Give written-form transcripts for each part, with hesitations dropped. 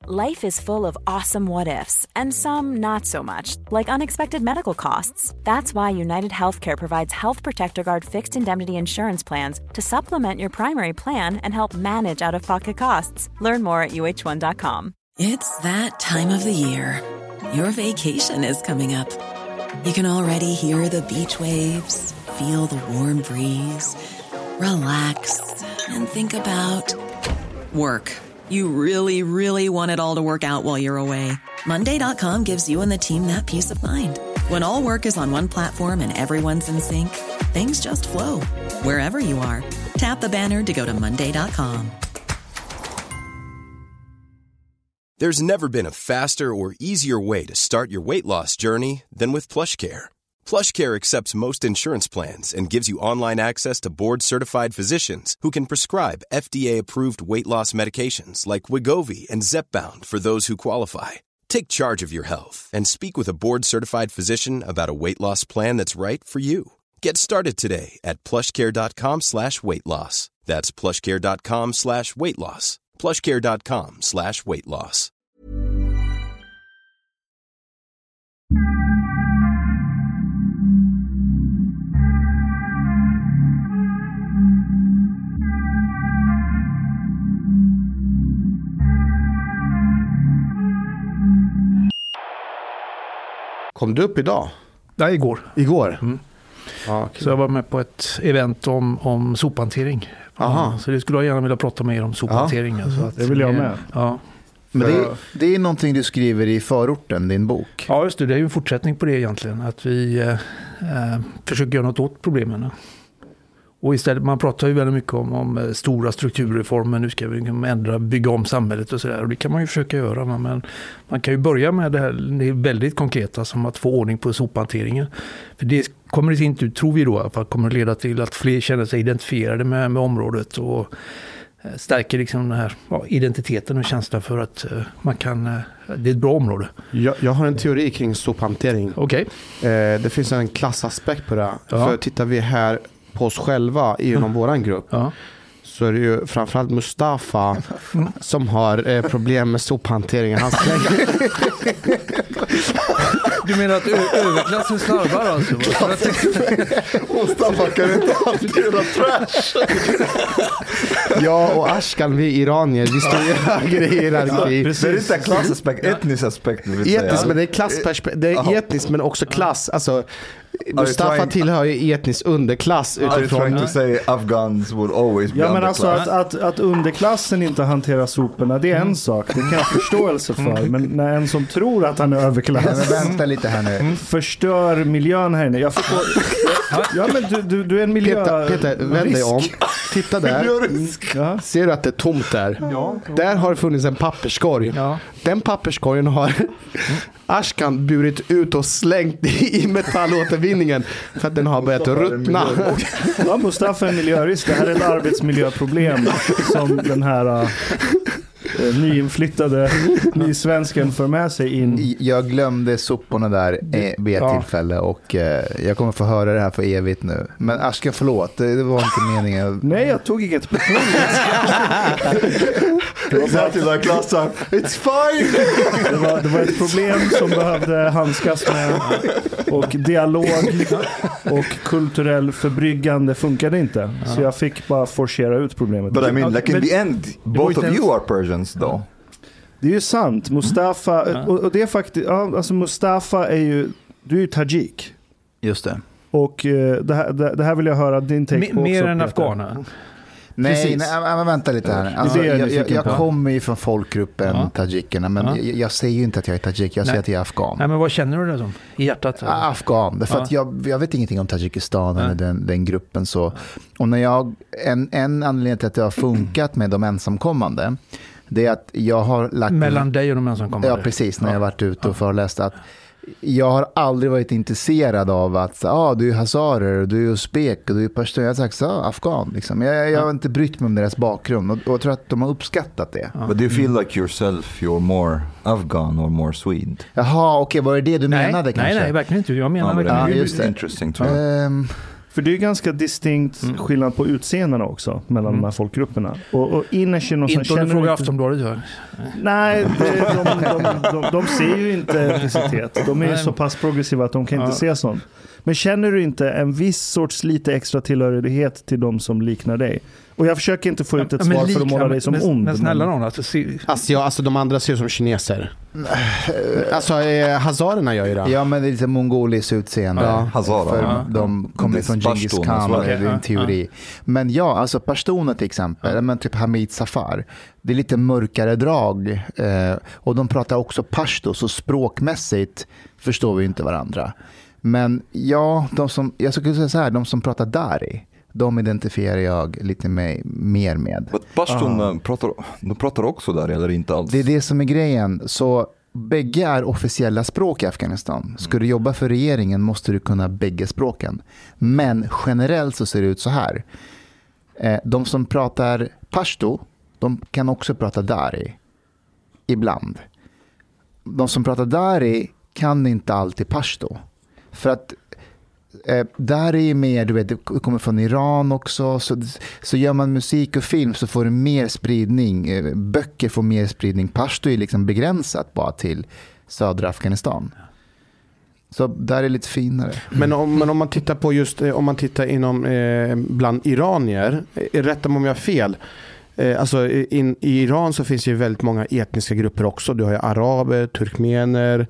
Life is full of awesome what-ifs, and some not so much, like unexpected medical costs. That's why United Healthcare provides Health Protector Guard fixed indemnity insurance plans to supplement your primary plan and help manage out-of-pocket costs. Learn more at uh1.com. It's that time of the year. Your vacation is coming up. You can already hear the beach waves, feel the warm breeze, relax, and think about work. You really, really want it all to work out while you're away. Monday.com gives you and the team that peace of mind. When all work is on one platform and everyone's in sync, things just flow. Wherever you are, tap the banner to go to Monday.com. There's never been a faster or easier way to start your weight loss journey than with PlushCare. PlushCare accepts most insurance plans and gives you online access to board-certified physicians who can prescribe FDA-approved weight loss medications like Wegovy and Zepbound for those who qualify. Take charge of your health and speak with a board-certified physician about a weight loss plan that's right for you. Get started today at plushcare.com/weightloss. That's plushcare.com/weightloss. plushcare.com/weightloss. Kom du upp idag? Nej, igår. Igår? Ja, okay. Så jag var med på ett event om sophantering. Aha. Så det skulle jag gärna vilja prata med er om sophantering. Ja. Så att, det vill jag med. Ja. Men det är någonting du skriver i förorten, din bok. Ja, just det. Det är ju en fortsättning på det egentligen. Att vi försöker göra något åt problemen. Och istället, man pratar ju väldigt mycket om stora strukturreformer. Nu ska vi bygga om samhället och sådär. Och det kan man ju försöka göra. Men man kan ju börja med det här, det är väldigt konkreta, som att få ordning på sophanteringen. För det kommer i sin tur, tror vi då, att kommer att leda till att fler känner sig identifierade med området. Och stärker liksom den här identiteten och känslan för att man kan, det är ett bra område. Jag har en teori kring sophantering. Okej. Det finns en klassaspekt på det. Ja. För tittar vi här på oss själva inom våran grupp, så är det ju framförallt Mustafa som har problem med sophanteringen. Han slänger... Du menar att överklassen slarvar alltså? Mustafa kan inte alltid göra trash. Jag och Ashkan, vi iranier, vi står i högre hierarki. Det är inte klassaspekt, etnisk aspekt. Etniskt, men det är klassperspektiv. Det är etniskt, men också klass. Alltså, Mustafa tillhör ju etnisk underklass utifrån. Are you trying to say Afghans will always be men alltså att underklassen inte hanterar soporna, det är en sak. Det kan jag ha förståelse för. Men när en som tror att han är överklass, men vänta lite här nu, förstör miljön här inne. Jag förstår. Ja, men du är en miljö. Peter, vänd dig om. Titta där. Ja. Ser du att det är tomt där? Ja. Där har det funnits en papperskorg. Ja. Den papperskorgen har Ashkan burit ut och slängt i metallåtervinningen för att den har börjat ruttna. Ja, Mustafa är en miljörisk. Det här är ett arbetsmiljöproblem som den här nyinflyttade nysvensken för med sig in. Jag glömde soporna där vid ett tillfälle och jag kommer få höra det här för evigt nu. Men Ashkan, förlåt, det var inte meningen. Nej, jag tog inget personligt. It's fine. Det var ett problem som behövde handskas med, och dialog och kulturell förbryggande funkade inte. Så jag fick bara forcera ut problemet. But I mean, like in the end, both of you are Persians though. Det är ju sant. Mustafa, och det är faktiskt, alltså Mustafa är ju, du är ju tajik. Just det. Och det här vill jag höra din take på också. Mer än afghaner. Nej, men vänta lite här. Alltså, jag kommer ju från folkgruppen tajikerna, men jag säger ju inte att jag är tajik, jag säger att jag är afghan. Nej, men vad känner du det som i hjärtat? Afghan, för att jag vet ingenting om Tadzjikistan eller den gruppen så. Och när en anledning till att det har funkat med de ensamkommande, det är att jag har lagt... Mellan dig och de ensamkommande? Ja, precis, när jag har varit ute och föreläst att jag har aldrig varit intresserad av att du är hazarer, du är uzbek och du är pashtun. Jag har sagt afghan liksom. Jag har inte brytt mig om deras bakgrund och jag tror att de har uppskattat det. But do you feel like yourself you're more Afghan or more Swede? Jaha, okej, var det du menade kanske? Nej, verkligen inte. Jag menar just det. Interesting. För det är ganska distinkt skillnad på utseendena också mellan de här folkgrupperna. Och innerst i någon som känner... Inte fråga Aftonbladet gör. Nej, de ser ju inte etnicitet. De är ju så pass progressiva att de kan inte se sånt. Men känner du inte en viss sorts lite extra tillhörighet till de som liknar dig? Och jag försöker inte få ut ett svar för att måla dig som ond. Men snälla någon. Alltså de andra ser ut som kineser. Alltså hazarerna gör ju det. Ja, men det är lite mongoliskt utseende. Ja, hazara. De kommer från Genghis Khan, det är en teori. Men ja, alltså pashtuner till exempel, men typ Hamid Safar. Det är lite mörkare drag. Och de pratar också pashto, så språkmässigt förstår vi inte varandra. Men ja, jag skulle säga så här, de som pratar dari, de identifierar jag lite mer med. Pashtun pratar också där eller inte alls? Det är det som är grejen. Så bägge är officiella språk i Afghanistan. Ska du jobba för regeringen måste du kunna bägge språken. Men generellt så ser det ut så här. De som pratar pashto, de kan också prata dari. Ibland. De som pratar dari kan inte alltid pashto. För att där är mer, du vet, det kommer från Iran också, så gör man musik och film så får det mer spridning, böcker får mer spridning. Pashto är liksom begränsat bara till södra Afghanistan. Så där är det lite finare. Men om man tittar på just, om man tittar inom bland iranier, rätta mig om jag har fel. Alltså i Iran så finns ju väldigt många etniska grupper också. Du har ju araber, turkmener,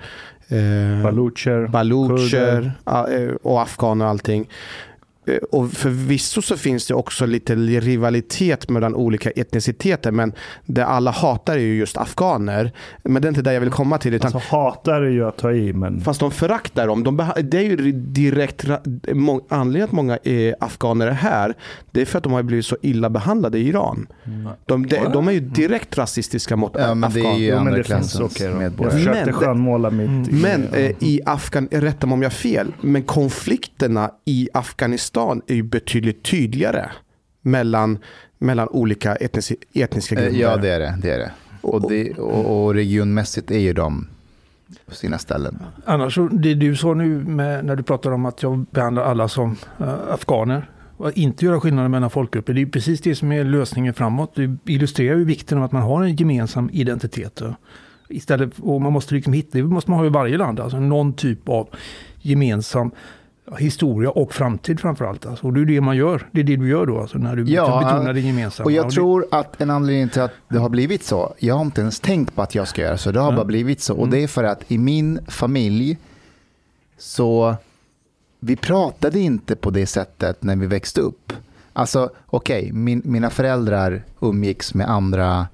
balucher och afghaner och allting. Och förvisso så finns det också lite rivalitet mellan olika etniciteter, men det alla hatar är ju just afghaner. Men det är inte där jag vill komma till. Utan, alltså hatar är ju att ta i, men... Fast de föraktar dem. Det är ju direkt anledningen att många afghaner är här. Det är för att de har blivit så illa behandlade i Iran. De är ju direkt rasistiska mot afghaner. Det är ju andra klassens medborgare. Jag försökte skönmåla mitt... Men i rätta mig om jag har fel, men konflikterna i Afghanistan är ju betydligt tydligare mellan olika etniska grupper. Ja, det är det. Och regionmässigt är ju de på sina ställen. Annars, det du sa nu när du pratar om att jag behandlar alla som afghaner och inte göra skillnader mellan folkgrupper, det är precis det som är lösningen framåt. Det illustrerar ju vikten av att man har en gemensam identitet. Istället, och man måste liksom hitta, det måste man ha i varje land, alltså någon typ av gemensam historia och framtid framförallt. Alltså. Och det är det man gör. Det är det du gör då, alltså, när du betonar det gemensamma. Och jag tror att en anledning till att det har blivit så, jag har inte ens tänkt på att jag ska göra så, det har bara blivit så. Och det är för att i min familj så vi pratade inte på det sättet när vi växte upp. Alltså mina föräldrar umgicks med andra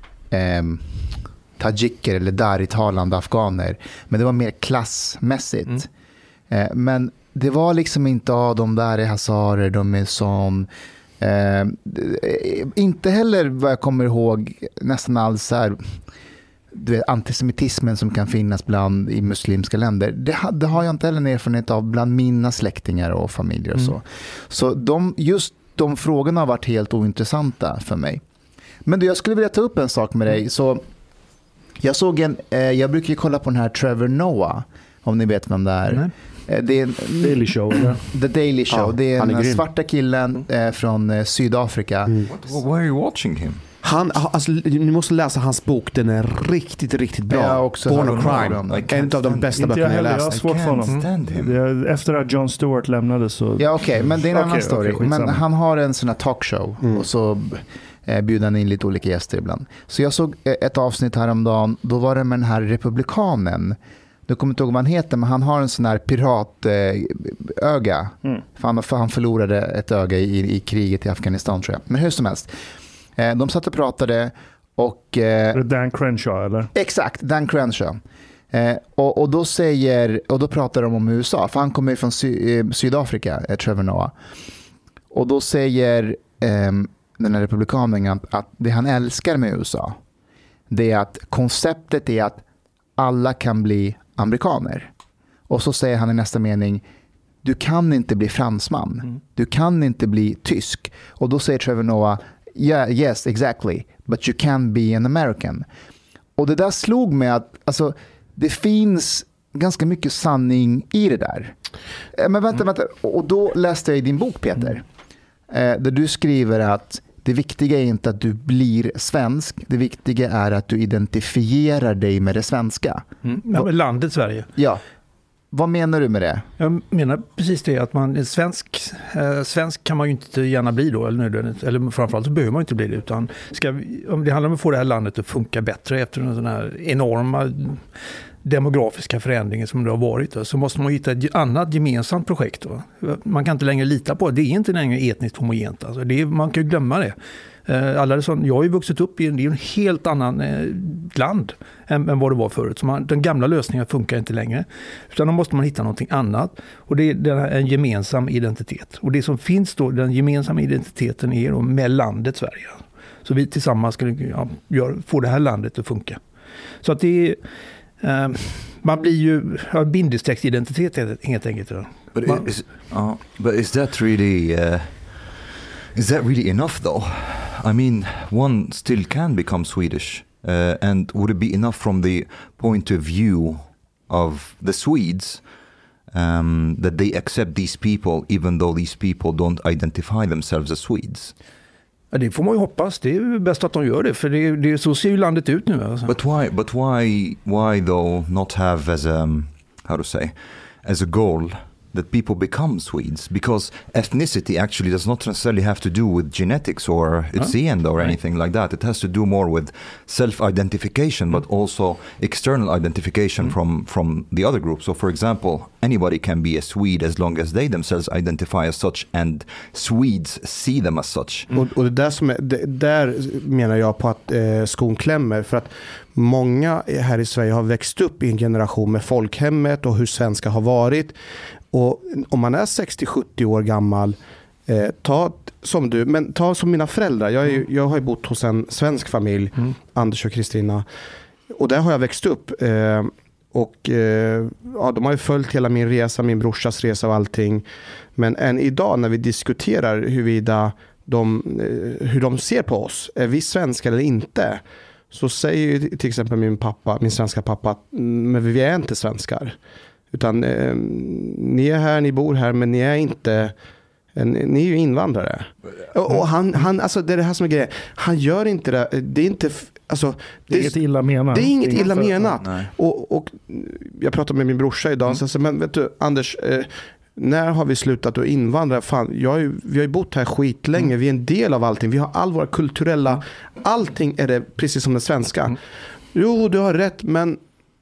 tajiker eller dari-talande afghaner, men det var mer klassmässigt. Men det var liksom inte de där är hazarer, de är sån. Inte heller vad jag kommer ihåg nästan alls så här, du vet, antisemitismen som kan finnas i muslimska länder. Det har jag inte heller erfarenhet av bland mina släktingar och familjer och så. Så just de frågorna har varit helt ointressanta för mig. Men jag skulle vilja ta upp en sak med dig. Så jag såg jag brukar ju kolla på den här Trevor Noah, om ni vet vem det är. Nej. Det är Daily Show. Ja. The Daily Show. Ja, det är den svarta killen från Sydafrika. Why are you watching him? Ni måste läsa hans bok. Den är riktigt, riktigt bra. Ja, också Born of Crime. En av de bästa böckerna jag läst. Jag har svårt för honom. Efter att Jon Stewart lämnade så... Ja, okej. Men det är en annan story. Men han har en sån här talkshow. Och så bjuder han in lite olika gäster ibland. Så jag såg ett avsnitt häromdagen. Då var det med den här republikanen. Jag kommer inte ihåg vad han heter, men han har en sån här piratöga. För han förlorade ett öga i kriget i Afghanistan, tror jag. Men hur som helst. De satt och pratade och... Dan Crenshaw, eller? Exakt, Dan Crenshaw. Och då pratar de om USA, för han kommer från Sydafrika, Trevor Noah. Och då säger den här republikanen att det han älskar med USA, det är att konceptet är att alla kan bli amerikaner. Och så säger han i nästa mening, du kan inte bli fransman. Du kan inte bli tysk. Och då säger Trevor Noah, yeah, yes, exactly. But you can be an American. Och det där slog mig att alltså, det finns ganska mycket sanning i det där. Men vänta. Och då läste jag i din bok, Peter, där du skriver att det viktiga är inte att du blir svensk, det viktiga är att du identifierar dig med det svenska. Ja, med landet Sverige. Ja. Vad menar du med det? Jag menar precis det, att man är svensk kan man ju inte gärna bli då, eller framförallt så behöver man inte bli det, utan om det handlar om att få det här landet att funka bättre efter en sån här enorma demografiska förändringen som det har varit, så måste man hitta ett annat gemensamt projekt. Man kan inte längre lita på det är inte längre etniskt homogent. Alltså man kan ju glömma det. Jag har ju vuxit upp i en helt annan land än vad det var förut. Så den gamla lösningen funkar inte längre. Utan då måste man hitta någonting annat. Och det är en gemensam identitet. Och det som finns då, den gemensamma identiteten är då med landet Sverige. Så vi tillsammans ska få det här landet att funka. Så att det är... man blir ju bindestrecksidentitet helt enkelt. But is that really enough though? I mean, one still can become Swedish, and would it be enough from the point of view of the Swedes that they accept these people even though these people don't identify themselves as Swedes? Ja, det får man ju hoppas. Det är bäst att de gör det, för det så ser ju landet ut nu. Alltså. But why though not have as a goal that people become Swedes? Because ethnicity actually does not necessarily have to do with genetics or its end or anything like that. It has to do more with self-identification, but also external identification from the other group. So for example, anybody can be a Swede as long as they themselves identify as such and Swedes see them as such. Och där menar jag på att skon klämmer, för att många här i Sverige har växt upp i en generation med folkhemmet och hur svenska har varit. Och om man är 60-70 år gammal, ta som mina föräldrar. Jag har ju bott hos en svensk familj, Anders och Kristina. Och där har jag växt upp. De har ju följt hela min resa, min brorsas resa och allting. Men än idag när vi diskuterar hur de ser på oss, är vi svenskar eller inte, så säger ju till exempel min svenska pappa att men vi är inte svenskar. Utan ni är här, ni bor här, men ni är inte, ni är ju invandrare. Och han alltså det är det här som är grejen. Han gör inte det, det är inte, alltså det är inget illa menat. Det är inget illa menat. Och jag pratade med min brorsa idag och så men vet du Anders, när har vi slutat att invandra? Fan, vi har ju bott här skitlänge. Vi är en del av allting. Vi har all våra kulturella, allting är det precis som det svenska. Jo, du har rätt, men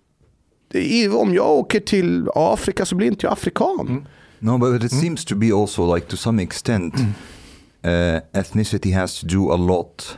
om jag åker till Afrika så blir inte jag afrikan. No, but it seems to be also like to some extent ethnicity has to do a lot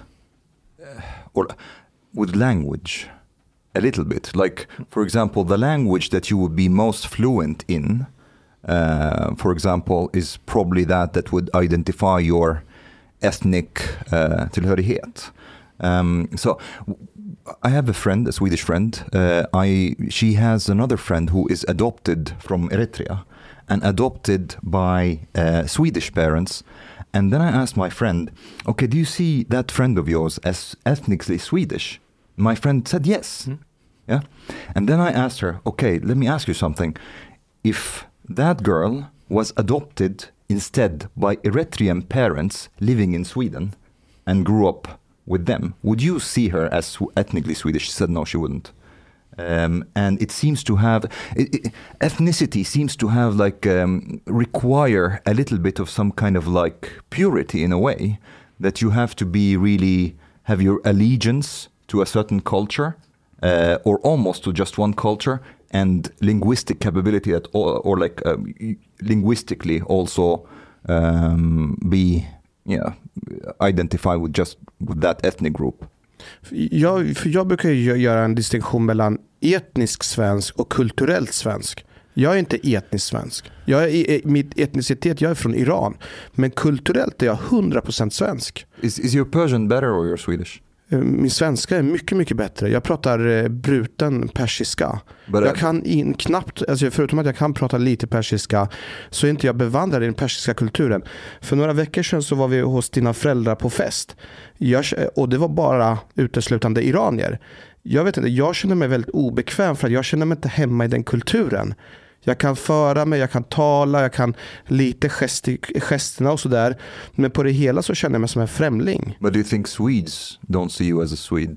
or with language a little bit. Like for example, the language that you would be most fluent in, for example, is probably that would identify your ethnic tillhörighet. So I have a friend, a Swedish friend. She has another friend who is adopted from Eritrea and adopted by Swedish parents. And then I asked my friend, okay, do you see that friend of yours as ethnically Swedish? My friend said yes. Yeah. And then I asked her, okay, let me ask you something. If that girl was adopted instead by Eritrean parents living in Sweden and grew up with them, would you see her as ethnically Swedish? She said no, she wouldn't. And it seems to have ethnicity seems to have require a little bit of some kind of like purity in a way, that you have to be really have your allegiance to a certain culture or almost to just one culture, and linguistic capability linguistically also be identify with that ethnic group. Jag brukar ju göra en distinktion mellan etnisk svensk och kulturellt svensk. Jag är inte etnisk svensk. Mitt etnicitet, jag är från Iran. Men kulturellt är jag 100% svensk. Is your Persian better or your Swedish? Min svenska är mycket, mycket bättre. Jag pratar bruten persiska. Jag kan knappt, alltså förutom att jag kan prata lite persiska, så är inte jag bevandrad i den persiska kulturen. För några veckor sedan så var vi hos dina föräldrar på fest. Och det var bara uteslutande iranier. Jag vet inte, jag känner mig väldigt obekväm för att jag känner mig inte hemma i den kulturen. Jag kan föra mig, jag kan tala, jag kan lite gesterna och sådär. Men på det hela så känner jag mig som en främling. But do you think Swedes don't see you as a Swede?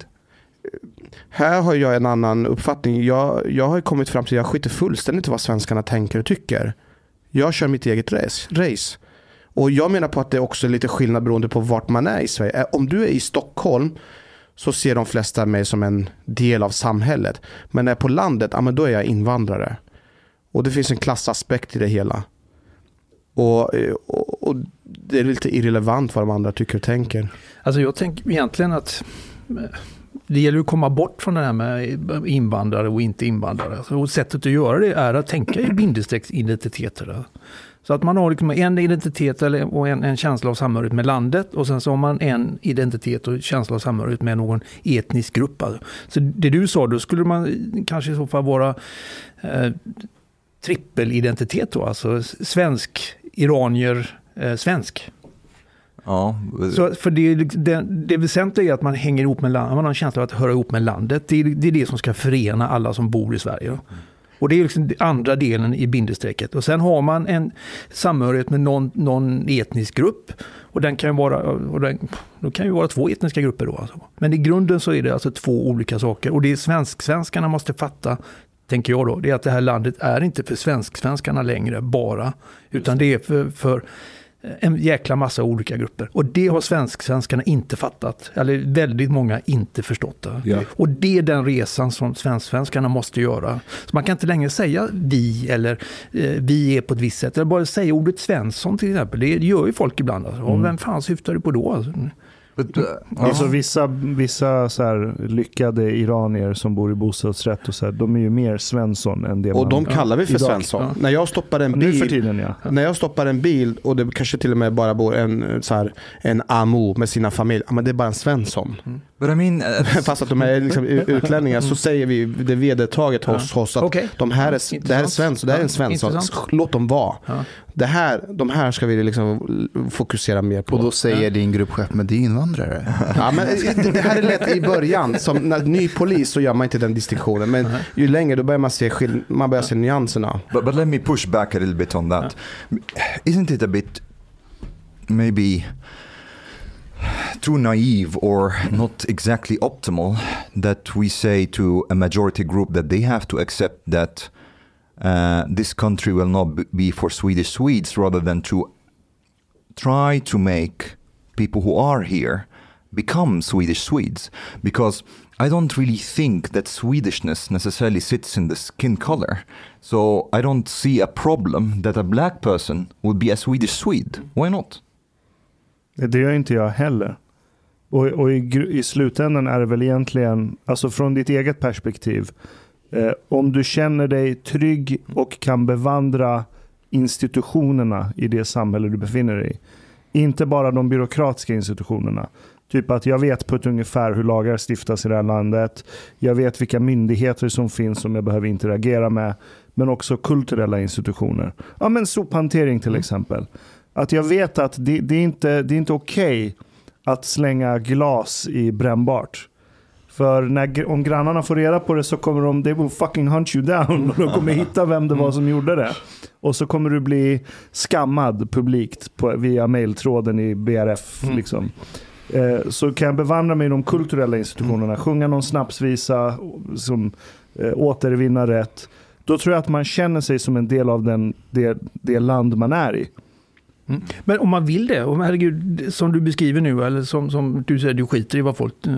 Här har jag en annan uppfattning. Jag har kommit fram till att jag skiter fullständigt vad svenskarna tänker och tycker. Jag kör mitt eget race. Och jag menar på att det är också lite skillnad beroende på vart man är i Sverige. Om du är i Stockholm så ser de flesta mig som en del av samhället. Men när jag är på landet, ja, men då är jag invandrare. Och det finns en klassaspekt i det hela. Och det är lite irrelevant vad de andra tycker och tänker. Alltså jag tänker egentligen att det gäller att komma bort från det här med invandrare och inte invandrare. Och sättet att göra det är att tänka i bindestrecksidentiteter. Så att man har liksom en identitet och en känsla av samhörighet med landet, och sen så har man en identitet och känsla av samhörighet med någon etnisk grupp. Så det du sa, då skulle man kanske i så fall vara trippelidentitet då, alltså svensk, iranier, svensk. Ja. Så för det väsentliga är att man hänger ihop med landet, man har en känsla av att höra ihop med landet. Det är det som ska förena alla som bor i Sverige. Och det är liksom andra delen i bindestrecket. Och sen har man en samhörighet med någon etnisk grupp. Och den kan ju vara, då kan ju vara 2 etniska grupper då. Alltså. Men i grunden så är det alltså 2 olika saker. Och det svenskarna måste fatta, tänker jag då, det är att det här landet är inte för svenskarna längre bara. Utan det är för en jäkla massa olika grupper. Och det har svenskarna inte fattat. Eller väldigt många inte förstått. Ja. Och det är den resan som svenskarna måste göra. Så man kan inte längre säga vi eller vi är på ett visst sätt. Eller bara säga ordet Svensson till exempel. Det gör ju folk ibland. Alltså. Och vem fan syftar du på då? Alltså? Alltså vissa så här lyckade iranier som bor i bostadsrätt och så här, de är ju mer Svensson än det. Och de kallar vi för idag. Svensson. Ja. När jag stoppar en bil, för tiden, när jag stoppar en bil och det kanske till och med bara bor en amo med sina familj, men det är bara en Svensson. But I mean, fast att de är liksom utlänningar så säger vi det vedertaget hos oss att de här det här är Svensson, det här är en Svensson. Låt dem vara. Ja. De här ska vi liksom fokusera mer på. Och då säger din gruppchef, men det är invandrare. Ja, men det här är lätt i början. Som när ny polis så gör man inte den distinktionen. Men ju längre då börjar man börjar se nyanserna. But let me push back a little bit on that. Isn't it a bit maybe too naive or not exactly optimal that we say to a majority group that they have to accept that this country will not be for Swedish Swedes, rather than to try to make people who are here become Swedish Swedes? Because I don't really think that Swedishness necessarily sits in the skin color. So I don't see a problem that a black person would be a Swedish Swede. Why not? Det gör inte jag heller. Och i slutändan är det väl egentligen, alltså från ditt eget perspektiv, om du känner dig trygg och kan bevandra institutionerna i det samhälle du befinner dig i. Inte bara de byråkratiska institutionerna. Typ att jag vet på ett ungefär hur lagar stiftas i det här landet. Jag vet vilka myndigheter som finns som jag behöver interagera med. Men också kulturella institutioner. Ja, men sophantering till exempel. Att jag vet att det är inte okej att slänga glas i brännbart. För om grannarna får reda på det så kommer they will fucking hunt you down. Och de kommer hitta vem det var som gjorde det. Och så kommer du bli skammad publikt via mailtråden i BRF. Liksom. Så kan jag bevandra mig i de kulturella institutionerna. Sjunga någon snapsvisa som återvinna rätt. Då tror jag att man känner sig som en del av det land man är i. Men om man vill det, herregud, som du beskriver nu, eller som du säger, du skiter i vad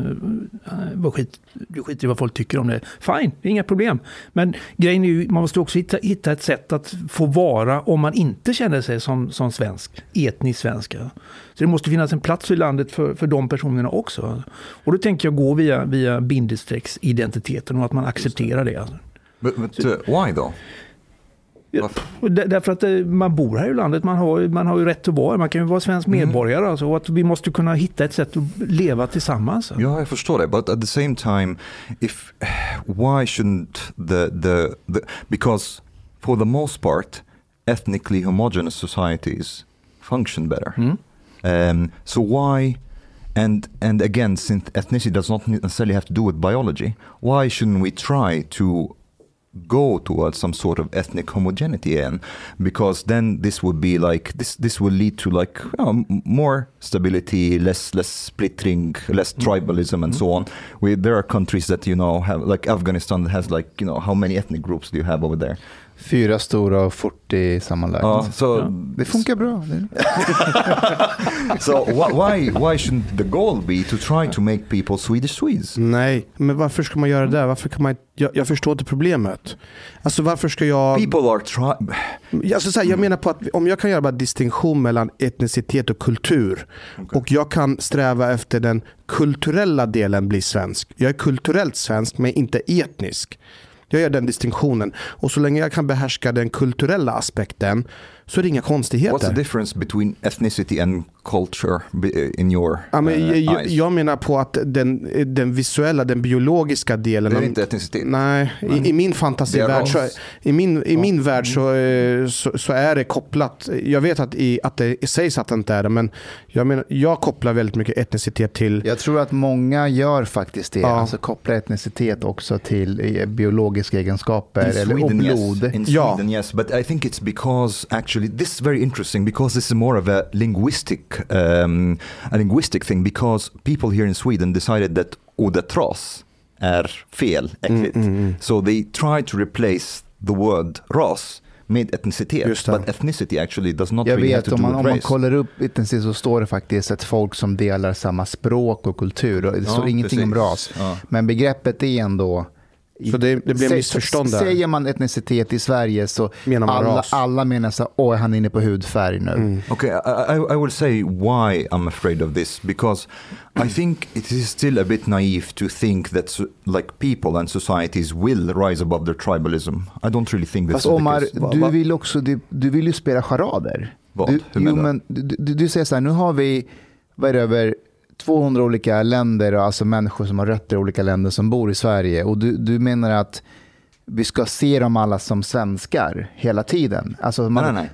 folk tycker om det. Fine, det är inga problem. Men grejen är ju, man måste också hitta ett sätt att få vara om man inte känner sig som svensk, etnisk svenska. Så det måste finnas en plats i landet för de personerna också. Och då tänker jag gå via bindestrecksidentiteten och att man accepterar det. But why though? Därför att man bor här i landet, man har ju rätt att vara, man kan ju vara svensk medborgare, alltså, och att vi måste kunna hitta ett sätt att leva tillsammans. Ja, jag förstår det, but at the same time, why shouldn't the because for the most part ethnically homogeneous societies function better. So why And again, since ethnicity does not necessarily have to do with biology, why shouldn't we try to go towards some sort of ethnic homogeneity again? Because then this would be like this will lead to like more stability, less splittering, less tribalism, and so on. There are countries that have, like Afghanistan, that has like how many ethnic groups do you have over there? 4 stora och 40 sammanlagt. Det funkar bra. So why shouldn't the goal be to try to make people Swedes? Nej, men varför ska man göra det? Varför kan man? Jag förstår inte problemet. Alltså varför ska jag? People are alltså, jag menar på att om jag kan göra bara distinktion mellan etnicitet och kultur, och jag kan sträva efter den kulturella delen bli svensk. Jag är kulturellt svensk men inte etnisk. Jag gör den distinktionen. Och så länge jag kan behärska den kulturella aspekten så är det inga konstigheter. What's the difference between ethnicity and culture in your eyes? Jag menar på att den visuella, den biologiska delen... Det är inte etnicitet. Nej, i min fantasivärld i min värld så är det kopplat. Jag vet att det sägs att det inte är det, men jag kopplar väldigt mycket etnicitet till... Jag tror att många gör faktiskt det. Alltså kopplar etnicitet också till biologiska egenskaper och blod. Yes. In Sweden, yes. But I think it's because actually this is very interesting, because this is more of a linguistic thing, because people here in Sweden decided that ordet ras är fel, äckligt. So they tried to replace the word ras med etnicitet, but ethnicity actually does not really have to do with race. Om man kollar upp etnicitet så står det faktiskt ett folk som delar samma språk och kultur, och det står ingenting om ras. Men begreppet är ändå... Så det blir missförstånd där. Säger man etnicitet i Sverige så alla menar så han är inne på hudfärg nu. Okay, I will say why I'm afraid of this, because I think it is still a bit naive to think that like people and societies will rise above their tribalism. I don't really think this is Omar, the case. du vill också du vill ju spela charader. Vad? Du säger så här, nu har vi över 200 olika länder, alltså människor som har rötter i olika länder som bor i Sverige, och du menar att vi ska se dem alla som svenskar hela tiden? Alltså nej.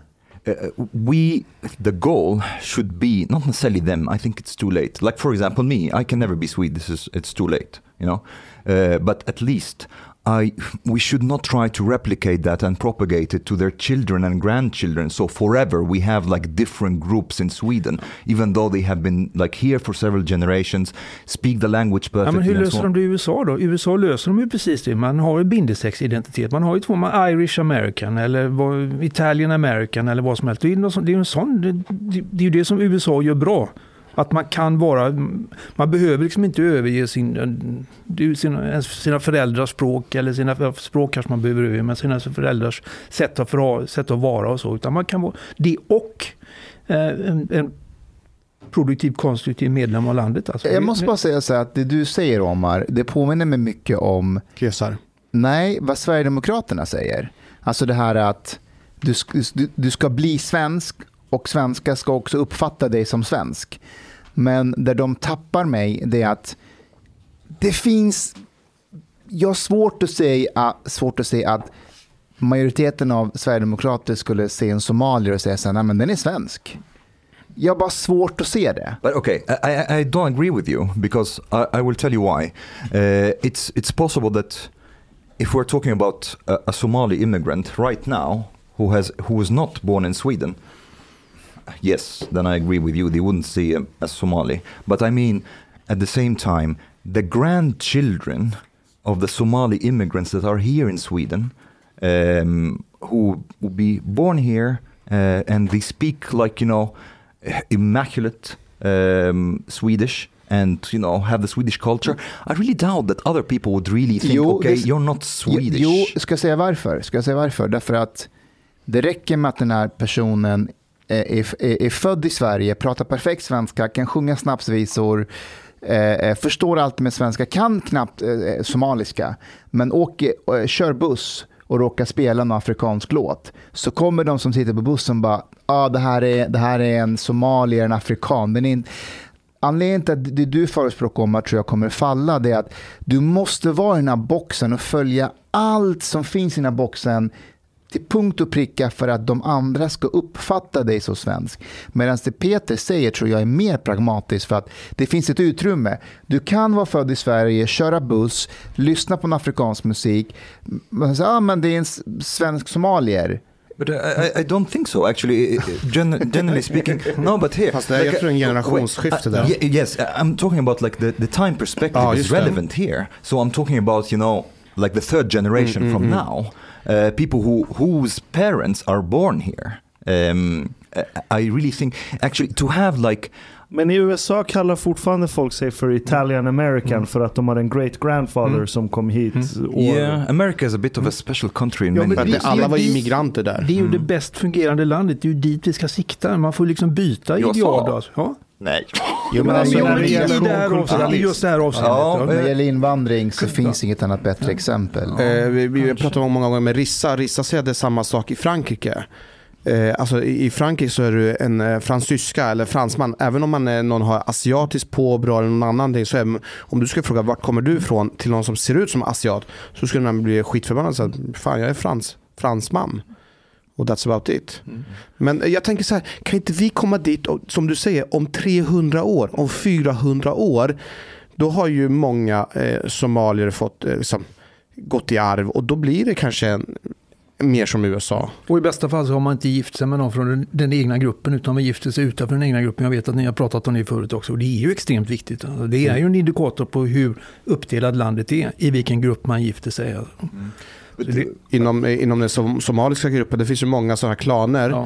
The goal should be not necessarily them. I think it's too late. Like for example me, I can never be Swedish. It's too late, but at least we should not try to replicate that and propagate it to their children and grandchildren. So forever we have like different groups in Sweden, even though they have been like here for several generations, speak the language perfectly. Men hur löser de det i USA då? I USA löser de ju precis det. Man har ju bindesexidentitet. Man har ju två, Irish American eller Italian American eller vad som helst. Det är ju det som USA gör bra. Att man kan man behöver liksom inte överge sina föräldrars språk eller sina språk kanske man behöver överge, men sina föräldrars sätt att vara och så, utan man kan vara det och en produktiv, konstruktiv medlem av landet. Alltså. Jag måste bara säga så här, att det du säger, Omar, det påminner mig mycket om Kesar. Nej, vad Sverigedemokraterna säger. Alltså det här att du ska bli svensk, och svenska ska också uppfatta dig som svensk. Men där de tappar mig, det är att det finns... Jag har svårt att säga att majoriteten av sverigedemokrater skulle se en somalier och säga så här, nej men den är svensk. Jag har bara svårt att se det. But okay, I don't agree with you, because I will tell you why. It's possible that if we're talking about a Somali immigrant right now who was not born in Sweden, yes, then I agree with you. They wouldn't see him as Somali. But I mean, at the same time, the grandchildren of the Somali immigrants that are here in Sweden, who will be born here, and they speak like, immaculate Swedish, and have the Swedish culture. I really doubt that other people would really think, you're not Swedish. Ska jag säga varför? Därför att det räcker med att den här personen är född i Sverige, pratar perfekt svenska, kan sjunga snapsvisor, förstår allt med svenska, kan knappt somaliska, men kör buss och råkar spela en afrikansk låt, så kommer de som sitter på bussen bara, det här är en somalier, en afrikan. Anledningen till att det du förespråkar om att tror jag kommer falla, det är att du måste vara i den här boxen och följa allt som finns i den här boxen till punkt och pricka för att de andra ska uppfatta dig så svensk. Medan det Peter säger tror jag är mer pragmatiskt, för att det finns ett utrymme. Du kan vara född i Sverige, köra buss, lyssna på en afrikansk musik. Man säger, men det är en svensk somalier. But I don't think so, actually. Generally speaking, no. But here, fast jag tror en generationsskifte där. Yes, I'm talking about like the time perspective is relevant here. So I'm talking about, you know, like the third generation from now, people whose parents are born here. I really think actually to have like. Men i USA kallar fortfarande folk sig för Italian American för att de har en great grandfather som kom hit. Yeah, America is a bit of a special country in many ways. Alla var immigranter där. Det är ju det bäst fungerande landet. Det är ju dit vi ska sikta. Man får liksom byta ideal. Ja. Nej. Jo, men alltså, just det här avsnittet. När det gäller invandring så finns inget annat bättre exempel. Vi pratar om många gånger med Rissa. Rissa säger det samma sak i Frankrike. Alltså i Frankrike så är du en fransyska eller fransman, även om någon har asiatiskt påbrå eller någon annan ting, så är, om du ska fråga vart kommer du ifrån till någon som ser ut som asiat, så skulle man bli skitförbannad så att fan, jag är fransman. Och that's about it. Men jag tänker så här, kan inte vi komma dit och, som du säger, om 300 år, om 400 år, då har ju många somalier fått liksom, gått i arv, och då blir det kanske mer som USA. Och i bästa fall så har man inte gift sig med någon från den egna gruppen, utan man gifter sig utanför den egna gruppen. Jag vet att ni har pratat om det förut också, och det är ju extremt viktigt. Det är ju en indikator på hur uppdelad landet är, i vilken grupp man gifter sig. Inom den somaliska gruppen, det finns ju många sådana klaner. Ja.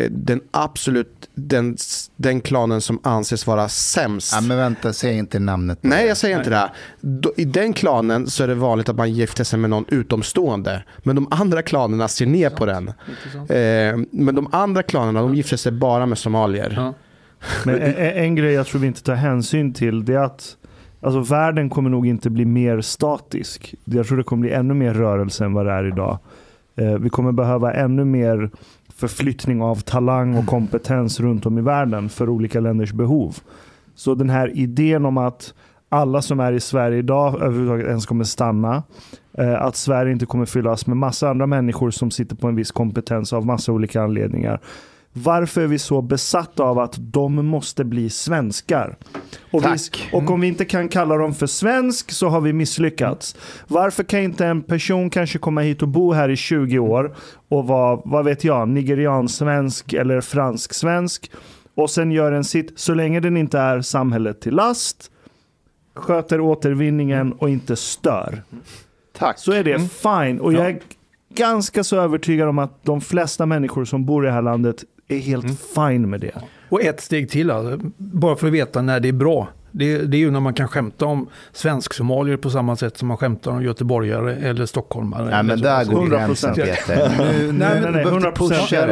Den klanen som anses vara sämst. Ja, men vänta, säg inte namnet. Nej, jag säger inte det. I den klanen så är det vanligt att man gifter sig med någon utomstående. Men de andra klanerna ser ner på den. Men de andra klanerna, de gifter sig bara med somalier. Ja. Men en grej jag tror vi inte tar hänsyn till, det är att alltså, världen kommer nog inte bli mer statisk. Jag tror det kommer bli ännu mer rörelse än vad det är idag. Vi kommer behöva ännu mer förflyttning av talang och kompetens runt om i världen för olika länders behov. Så den här idén om att alla som är i Sverige idag överhuvudtaget ens kommer stanna, att Sverige inte kommer fyllas med massa andra människor som sitter på en viss kompetens av massa olika anledningar. Varför är vi så besatta av att de måste bli svenskar? Och om vi inte kan kalla dem för svensk så har vi misslyckats. Varför kan inte en person kanske komma hit och bo här i 20 år och vara, vad vet jag, nigeriansvensk eller fransk-svensk, och sen gör en sitt, så länge den inte är samhället till last, sköter återvinningen och inte stör. Tack. Så är det fine. Och jag är ganska så övertygad om att de flesta människor som bor i det här landet är helt fine med det. Och ett steg till, alltså, bara för att veta när det är bra. Det är ju när man kan skämta om svensk-somalier på samma sätt som man skämtar om göteborgare eller stockholmare. Ja, men där går gränsen, Peter. Nej, 100% jag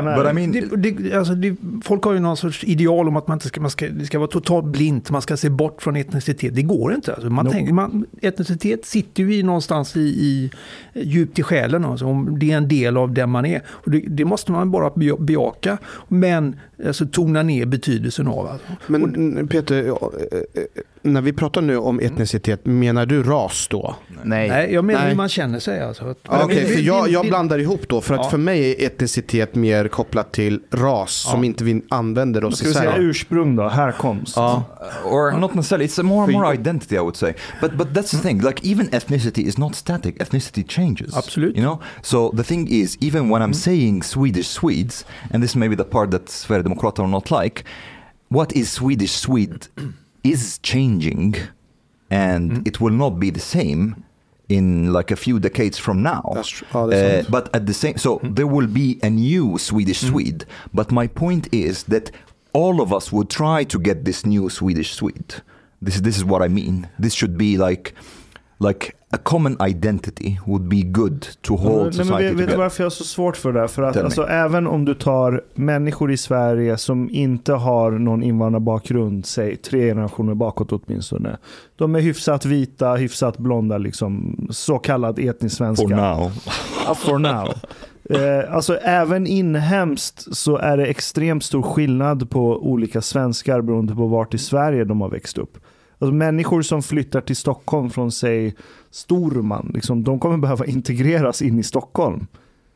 är med. Folk har ju någon sorts ideal om att det ska vara totalt blint, man ska se bort från etnicitet. Det går inte. Alltså, etnicitet sitter ju någonstans i djupt i själen. Alltså, om det är en del av den man är. Och det måste man bara bejaka, men alltså, tona ner betydelsen av. Alltså. Men Peter, när vi pratar nu om etnicitet, menar du ras då? Nej, jag menar hur man känner sig. Alltså. Okej, för jag blandar ihop då, för att för mig är etnicitet mer kopplat till ras som inte vi använder oss i Sverige. Ska vi säga ursprung då, härkomst? Or not necessarily, it's more identity, I would say. But that's the thing, like even ethnicity is not static, ethnicity changes. Absolutely. You know? So the thing is, even when I'm saying Swedish Swedes, and this may be the part that Sverigedemokrater are not like, what is Swedish Swede is changing, and it will not be the same in like a few decades from now. But at the same, so there will be a new Swedish Swede. But my point is that all of us would try to get this new Swedish Swede. This is what I mean. This should be like a common identity would be good to hold society together. Vet du varför jag har så svårt för det? För att alltså, även om du tar människor i Sverige som inte har någon invandrarbakgrund, säg 3 generationer bakåt åtminstone. De är hyfsat vita, hyfsat blonda, liksom så kallad etnisk svenska. For now. For now. Alltså även inhemskt så är det extremt stor skillnad på olika svenskar beroende på vart i Sverige de har växt upp. Alltså människor som flyttar till Stockholm från, säg, Storman, liksom, de kommer behöva integreras in i Stockholm.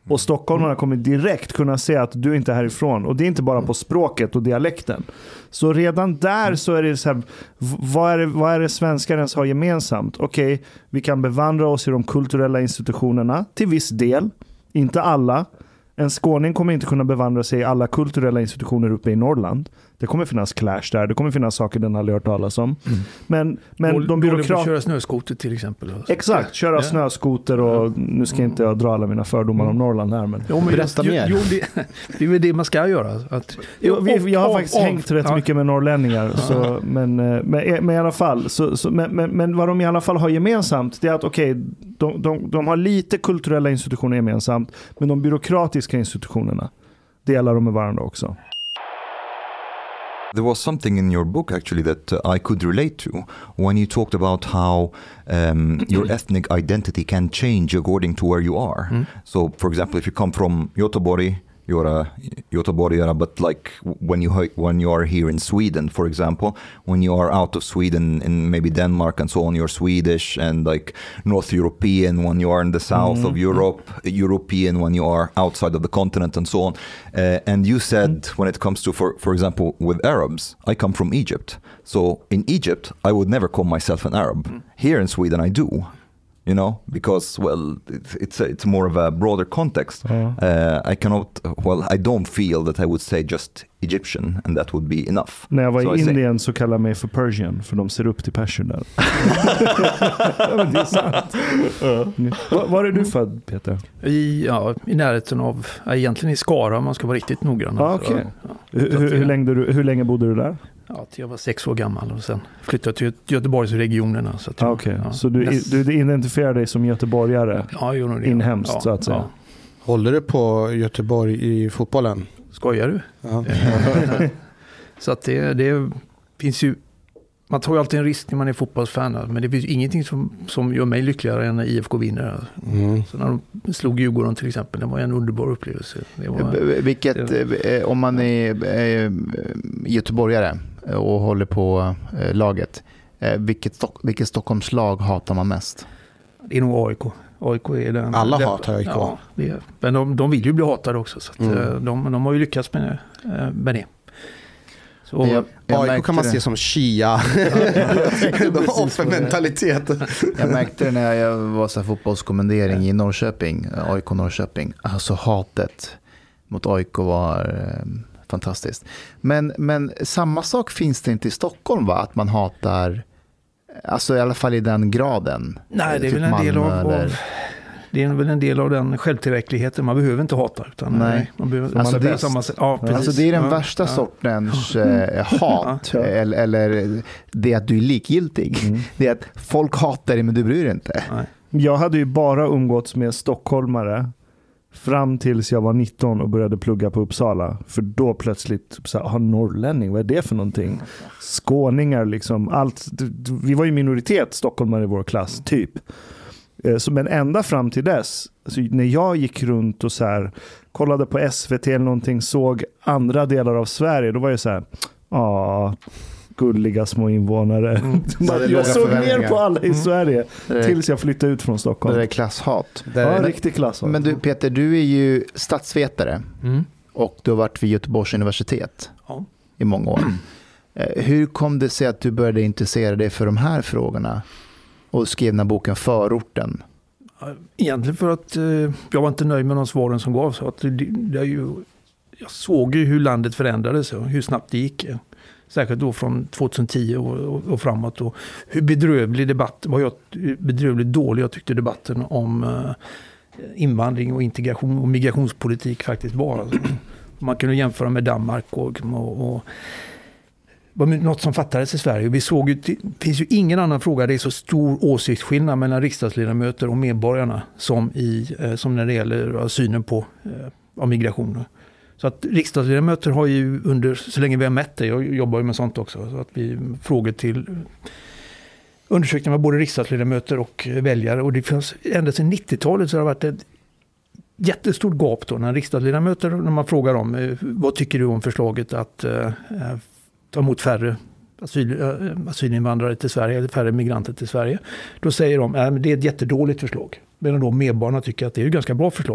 Och stockholmarna kommer direkt kunna se att du inte är härifrån. Och det är inte bara på språket och dialekten. Så redan där så är det så här, vad är det svenskar ens har gemensamt? Okej, vi kan bevandra oss i de kulturella institutionerna till viss del. Inte alla. En skåning kommer inte kunna bevandra sig i alla kulturella institutioner uppe i Norrland. Det kommer finnas clash där. Det kommer finnas saker den aldrig hört talas om. Men de byråkrater... köra snöskoter till exempel. Exakt, köra snöskoter och nu ska inte jag dra alla mina fördomar om Norrland här. Men berätta mer. Det är väl det man ska göra. Jag har faktiskt hängt rätt mycket med norrlänningar. Så, men i alla fall, men vad de i alla fall har gemensamt, det är att de har lite kulturella institutioner gemensamt, men de byråkratiska institutionerna delar de med varandra också. There was something in your book actually that I could relate to when you talked about how your ethnic identity can change according to where you are. So, for example, if you come from Göteborg, you're a Göteborgare, but like when you are here in Sweden, for example, when you are out of Sweden in maybe Denmark and so on, you're Swedish, and like North European when you are in the south of Europe, European when you are outside of the continent and so on. And you said when it comes to, for example, with Arabs, I come from Egypt. So in Egypt, I would never call myself an Arab. Here in Sweden, I do. You know, because, well, it's more of a broader context. I don't feel that I would say just Egyptian and that would be enough. När jag var i Indien så kallade mig för Persian, för de ser upp till persian där. Men det är sant. Var är du född, Peter? I närheten av, egentligen i Skara om man ska vara riktigt noggrann. Okay. Hur länge bodde du där? Ja, till jag var 6 år gammal och sen flyttade jag till Göteborgsregionerna. Så du identifierar dig som göteborgare inhemskt så att säga? Ja. Håller du på Göteborg i fotbollen? Skojar du? Ja. Så att det finns ju, man tar ju alltid en risk när man är fotbollsfan, men det finns ju ingenting som gör mig lyckligare än när IFK vinner. Så när de slog Djurgården till exempel, det var en underbar upplevelse. Om man är göteborgare och håller på laget, vilket Stockholmslag hatar man mest? Det är nog AIK. AIK är den. Alla hatar AIK. Ja, men de vill ju bli hatade också. Så att, de har ju lyckats med det. Så, AIK kan man se som Shia. Offermentalitet. Jag märkte det när jag var så fotbollskommendering i Norrköping, AIK Norrköping. Alltså hatet mot AIK var fantastiskt. Men samma sak finns det inte i Stockholm, va? Att man hatar, alltså i alla fall i den graden. Nej, det är väl en del av det är väl en del av den självtillräckligheten. Man behöver inte hata, utan man behöver, alltså det, samma sätt. Ja, precis. Alltså det är den värsta sortens hat eller det att du är likgiltig. Det är att folk hatar dig men du bryr dig inte. Nej. Jag hade ju bara umgåtts med stockholmare fram tills jag var 19 och började plugga på Uppsala. För då plötsligt norrlänning, vad är det för någonting? Skåningar liksom, allt. Vi var ju minoritet stockholmare i vår klass, typ. Men ända fram till dess, alltså när jag gick runt och så här, kollade på SVT eller någonting, såg andra delar av Sverige, då var jag så här, gulliga små invånare. Jag såg ner på alla i Sverige tills jag flyttade ut från Stockholm. Det är klasshat. Riktig klasshat. Men du Peter, du är ju statsvetare och du har varit vid Göteborgs universitet i många år. Hur kom det sig att du började intressera dig för de här frågorna och skrev den här boken Förorten? Egentligen för att jag var inte nöjd med de svaren som gav. Så att jag såg ju hur landet förändrades och hur snabbt det gick. Särskilt då från 2010 och framåt. Och hur bedrövligt dålig jag tyckte debatten om invandring och integration och migrationspolitik faktiskt var. Alltså, man kunde jämföra med Danmark och något som fattades i Sverige. Vi såg ju, det finns ju ingen annan fråga, det är så stor åsiktsskillnad mellan riksdagsledamöter och medborgarna som när det gäller synen på migration. Så att riksdagsledamöter har ju så länge vi har mätt det, jag jobbar ju med sånt också, så att vi frågor till undersökningar med både riksdagsledamöter och väljare, och det finns ända sedan 90-talet så har det varit ett jättestort gap då när riksdagsledamöter, när man frågar dem vad tycker du om förslaget att ta emot färre asylinvandrare till Sverige eller färre migranter till Sverige, då säger de att det är ett jättedåligt förslag, medan då medborgarna tycker att det är ett ganska bra förslag.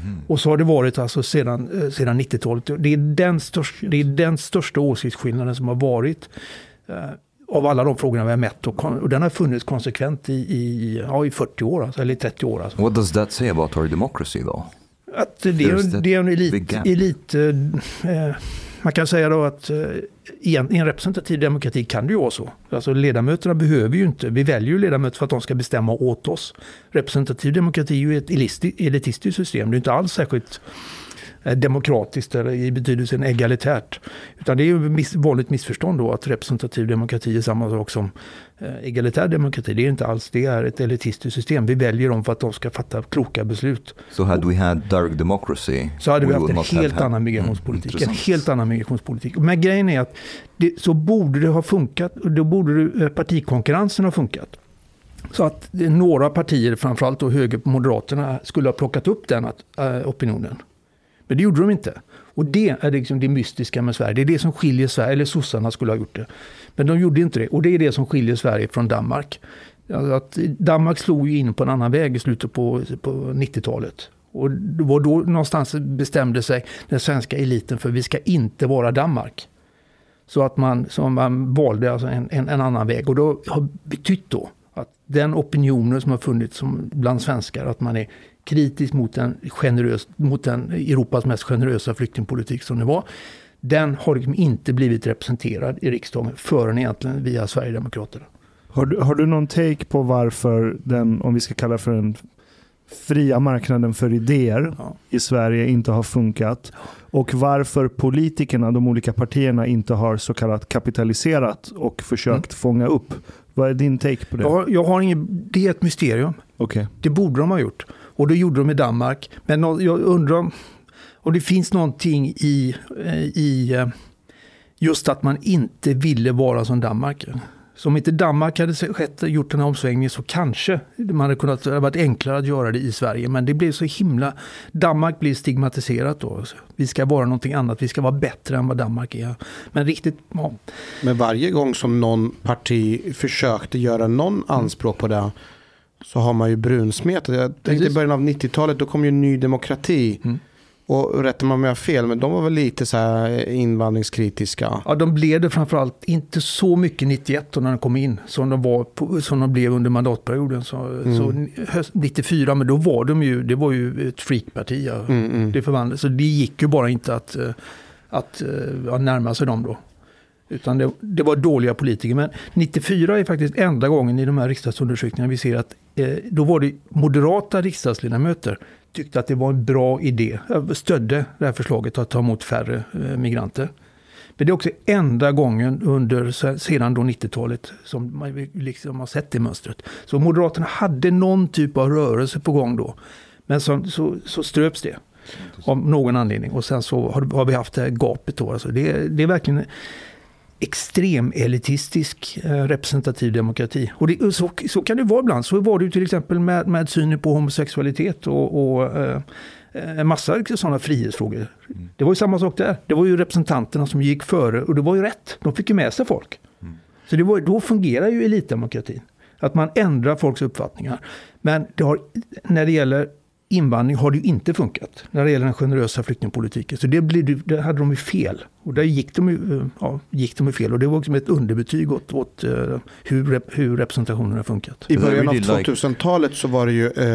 Och så har det varit alltså sedan 90-talet. Det är den största åsiktsskillnaden som har varit av alla de frågorna vi har mätt. Och den har funnits konsekvent i 40 år, alltså, eller 30 år. Alltså. What does that say about our democracy though? Att det är en elit man kan säga då att i en representativ demokrati kan det ju vara så. Alltså ledamöterna behöver ju inte, vi väljer ju ledamöter för att de ska bestämma åt oss. Representativ demokrati är ju ett elitistiskt system, det är inte alls särskilt demokratiskt eller i betydelsen egalitärt. Utan det är ju vanligt missförstånd då att representativ demokrati är samma sak som egalitär demokrati. Det är inte alls, det är ett elitistiskt system. Vi väljer dem för att de ska fatta kloka beslut. So had we had dark democracy, så hade vi haft en helt annan migrationspolitik. En helt annan migrationspolitik. Men grejen är att så borde det ha funkat, och då borde partikonkurrensen ha funkat. Så att några partier, framförallt då Moderaterna, skulle ha plockat upp den opinionen. Men det gjorde de inte. Och det är liksom det mystiska med Sverige. Det är det som skiljer Sverige, eller sossarna skulle ha gjort det. Men de gjorde inte det. Och det är det som skiljer Sverige från Danmark. Alltså att Danmark slog ju in på en annan väg i slutet på 90-talet. Och det var då någonstans bestämde sig den svenska eliten för vi ska inte vara Danmark. Så att man valde alltså en annan väg. Och då har betytt då att den opinionen som har funnits bland svenskar, att man är kritisk mot den Europas mest generösa flyktingpolitik som det var, den har liksom inte blivit representerad i riksdagen förrän egentligen via Sverigedemokraterna. Har du någon take på varför den, om vi ska kalla för den fria marknaden för idéer i Sverige inte har funkat, och varför politikerna, de olika partierna, inte har så kallat kapitaliserat och försökt fånga upp? Vad är din take på det? Jag har det är ett mysterium. Okay. Det borde de ha gjort. Och det gjorde de i Danmark. Men jag undrar om det finns någonting i just att man inte ville vara som Danmark. Så om inte Danmark hade gjort den här omsvängningen så kanske man hade kunnat, det hade varit enklare att göra det i Sverige. Men det blev så himla, Danmark blir stigmatiserat då. Vi ska vara någonting annat, vi ska vara bättre än vad Danmark är. Men riktigt, ja. Men varje gång som någon parti försökte göra någon anspråk på det, så har man ju brunsmetat. Jag tänkte i början av 90-talet, då kom ju Ny Demokrati. Och rättar man med fel, men de var väl lite så här invandringskritiska. Ja, de blev det framförallt inte så mycket 91 när de kom in som de blev under mandatperioden. Så 94, men då var det var ju ett freakparti. Ja. Det förvandlades. Så det gick ju bara inte att närma sig dem då. Utan det var dåliga politiker. Men 94 är faktiskt enda gången i de här riksdagsundersökningarna vi ser att då var det moderata riksdagsledamöter tyckte att det var en bra idé. Stödde det här förslaget att ta emot färre migranter. Men det är också enda gången sedan då 90-talet som man liksom har sett det mönstret. Så Moderaterna hade någon typ av rörelse på gång då. Men så ströps det av någon anledning. Och sen så har vi haft det här gapet då. Alltså det är verkligen extrem elitistisk representativ demokrati. Och så kan det vara ibland. Så var det ju till exempel med synen på homosexualitet och en massa sådana frihetsfrågor. Det var ju samma sak där. Det var ju representanterna som gick före och det var ju rätt. De fick ju med sig folk. Så då fungerar ju elitdemokratin. Att man ändrar folks uppfattningar. Men när det gäller invandring har det ju inte funkat när det gäller den generösa flyktingpolitiken. Så det hade de ju fel. Och där gick de ju fel. Och det var också ett underbetyg åt hur representationen har funkat. I början av 2000-talet så var det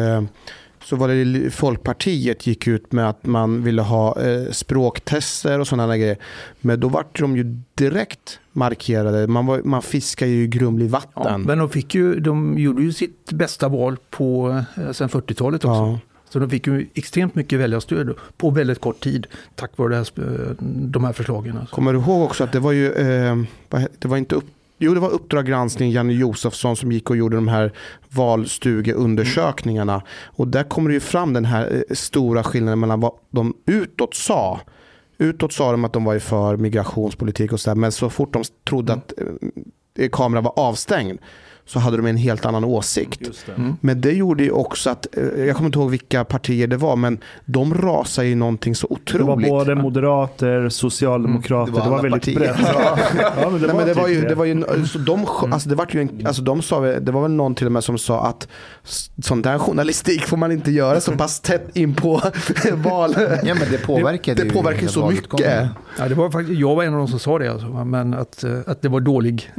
ju Folkpartiet gick ut med att man ville ha språktester och sådana grejer. Men då var de ju direkt markerade. Man fiskar ju grumlig vatten. Ja, men de gjorde ju sitt bästa val sen 40-talet också. Ja. Så de fick ju extremt mycket väljarstöd på väldigt kort tid tack vare de här förslagen. Alltså. Kommer du ihåg också att det var ju det var Uppdrag granskning, Janne Josefsson som gick och gjorde de här valstugeundersökningarna. Och där kommer det ju fram den här stora skillnaden mellan vad de utåt sa. Utåt sa de att de var för migrationspolitik och sådär, men så fort de trodde att kameran var avstängd så hade de en helt annan åsikt. Men det gjorde ju också att, jag kommer inte ihåg vilka partier det var, men de rasade ju någonting så otroligt. Det var både moderater, socialdemokrater, det var väldigt brett. Det var väl någon till och med som sa att sån där journalistik får man inte göra så pass tätt in på val. Ja, men det påverkar så mycket. Ja, det var faktiskt, jag var en av de som sa det alltså, men att det var dålig.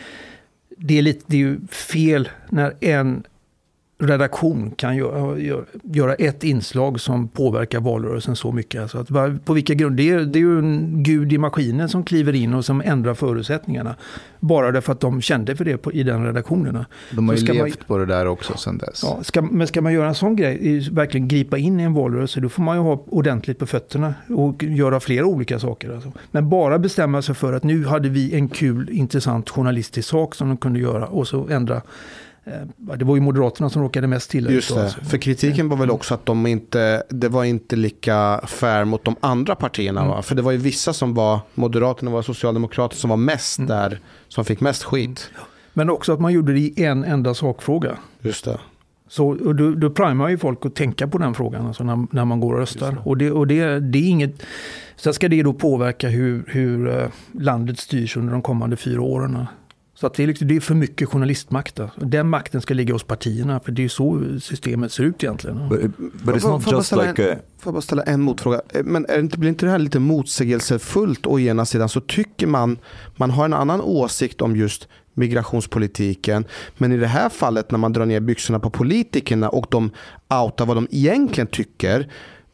Det är ju fel när en redaktion kan göra ett inslag som påverkar valrörelsen så mycket. Alltså att, på vilka grunder? Det är ju en gud i maskinen som kliver in och som ändrar förutsättningarna. Bara därför att de kände för det i den redaktionen. De har ju levt på det där också sedan dess. Ja, men ska man göra en sån grej, verkligen gripa in i en valrörelse, då får man ju ha ordentligt på fötterna och göra flera olika saker. Alltså. Men bara bestämma sig för att nu hade vi en kul, intressant journalistisk sak som de kunde göra och så ändra. Det var ju Moderaterna som råkade mest till. Just det, för kritiken var väl också att det var inte lika fair mot de andra partierna. Va? För det var ju vissa som var, Moderaterna var Socialdemokrater som var mest där, som fick mest skit. Men också att man gjorde det i en enda sakfråga. Just det. Så och då primar ju folk att tänka på den frågan alltså när man går och röstar. Och det är inget. Så ska det då påverka hur landet styrs under de kommande 4 åren. Så att det är för mycket journalistmakt. Den makten ska ligga hos partierna, för det är så systemet ser ut egentligen. But it's not just like får jag bara ställa en motfråga? Men blir inte det här lite motsägelsefullt å ena sidan, så tycker man har en annan åsikt om just migrationspolitiken, men i det här fallet när man drar ner byxorna på politikerna och de outar vad de egentligen tycker,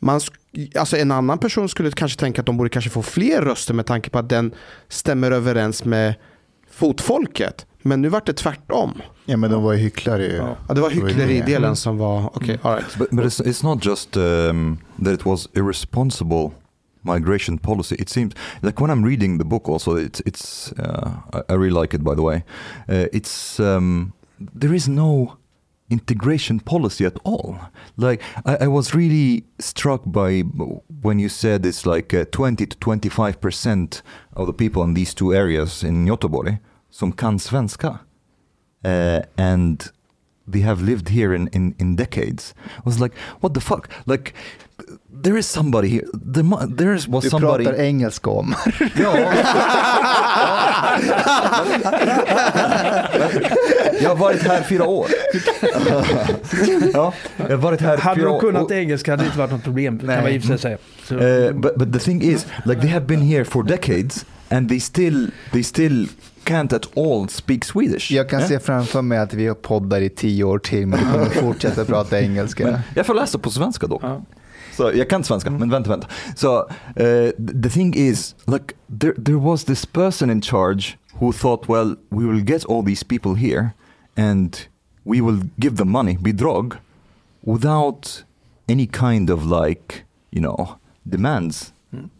alltså en annan person skulle kanske tänka att de borde kanske få fler röster med tanke på att den stämmer överens med fotfolket. Men nu var det tvärtom. Ja, men de var ju hycklare ju. Ja, det var hyckleri-delen som var okej, all right. But it's not just that it was irresponsible migration policy. It seems like when I'm reading the book also, it's I really like it, by the way. There is no integration policy at all. Like I was really struck by when you said it's like 20 to 25% of the people in these 2 areas in Göteborg som kan svenska, and they have lived here in decades. I was like, what the fuck? Like there is somebody here. Was du somebody. Pratar engelska om. Ja. Jag har varit här 4 år. Ja, jag har varit här 4 år. Hade de kunnat engelska hade det inte varit något problem, kan man i och för sig säga. But the thing is, like they have been here for decades and they still can't at all speak Swedish. Jag kan se framför mig att vi har poddar i 10 år till, men vi kommer fortsätta prata engelska. Men jag får läsa på svenska då. Så jag kan svenska, men vänta. Så the thing is, like there was this person in charge who thought, well, we will get all these people here and we will give them money, bidrag, without any kind of like, demands.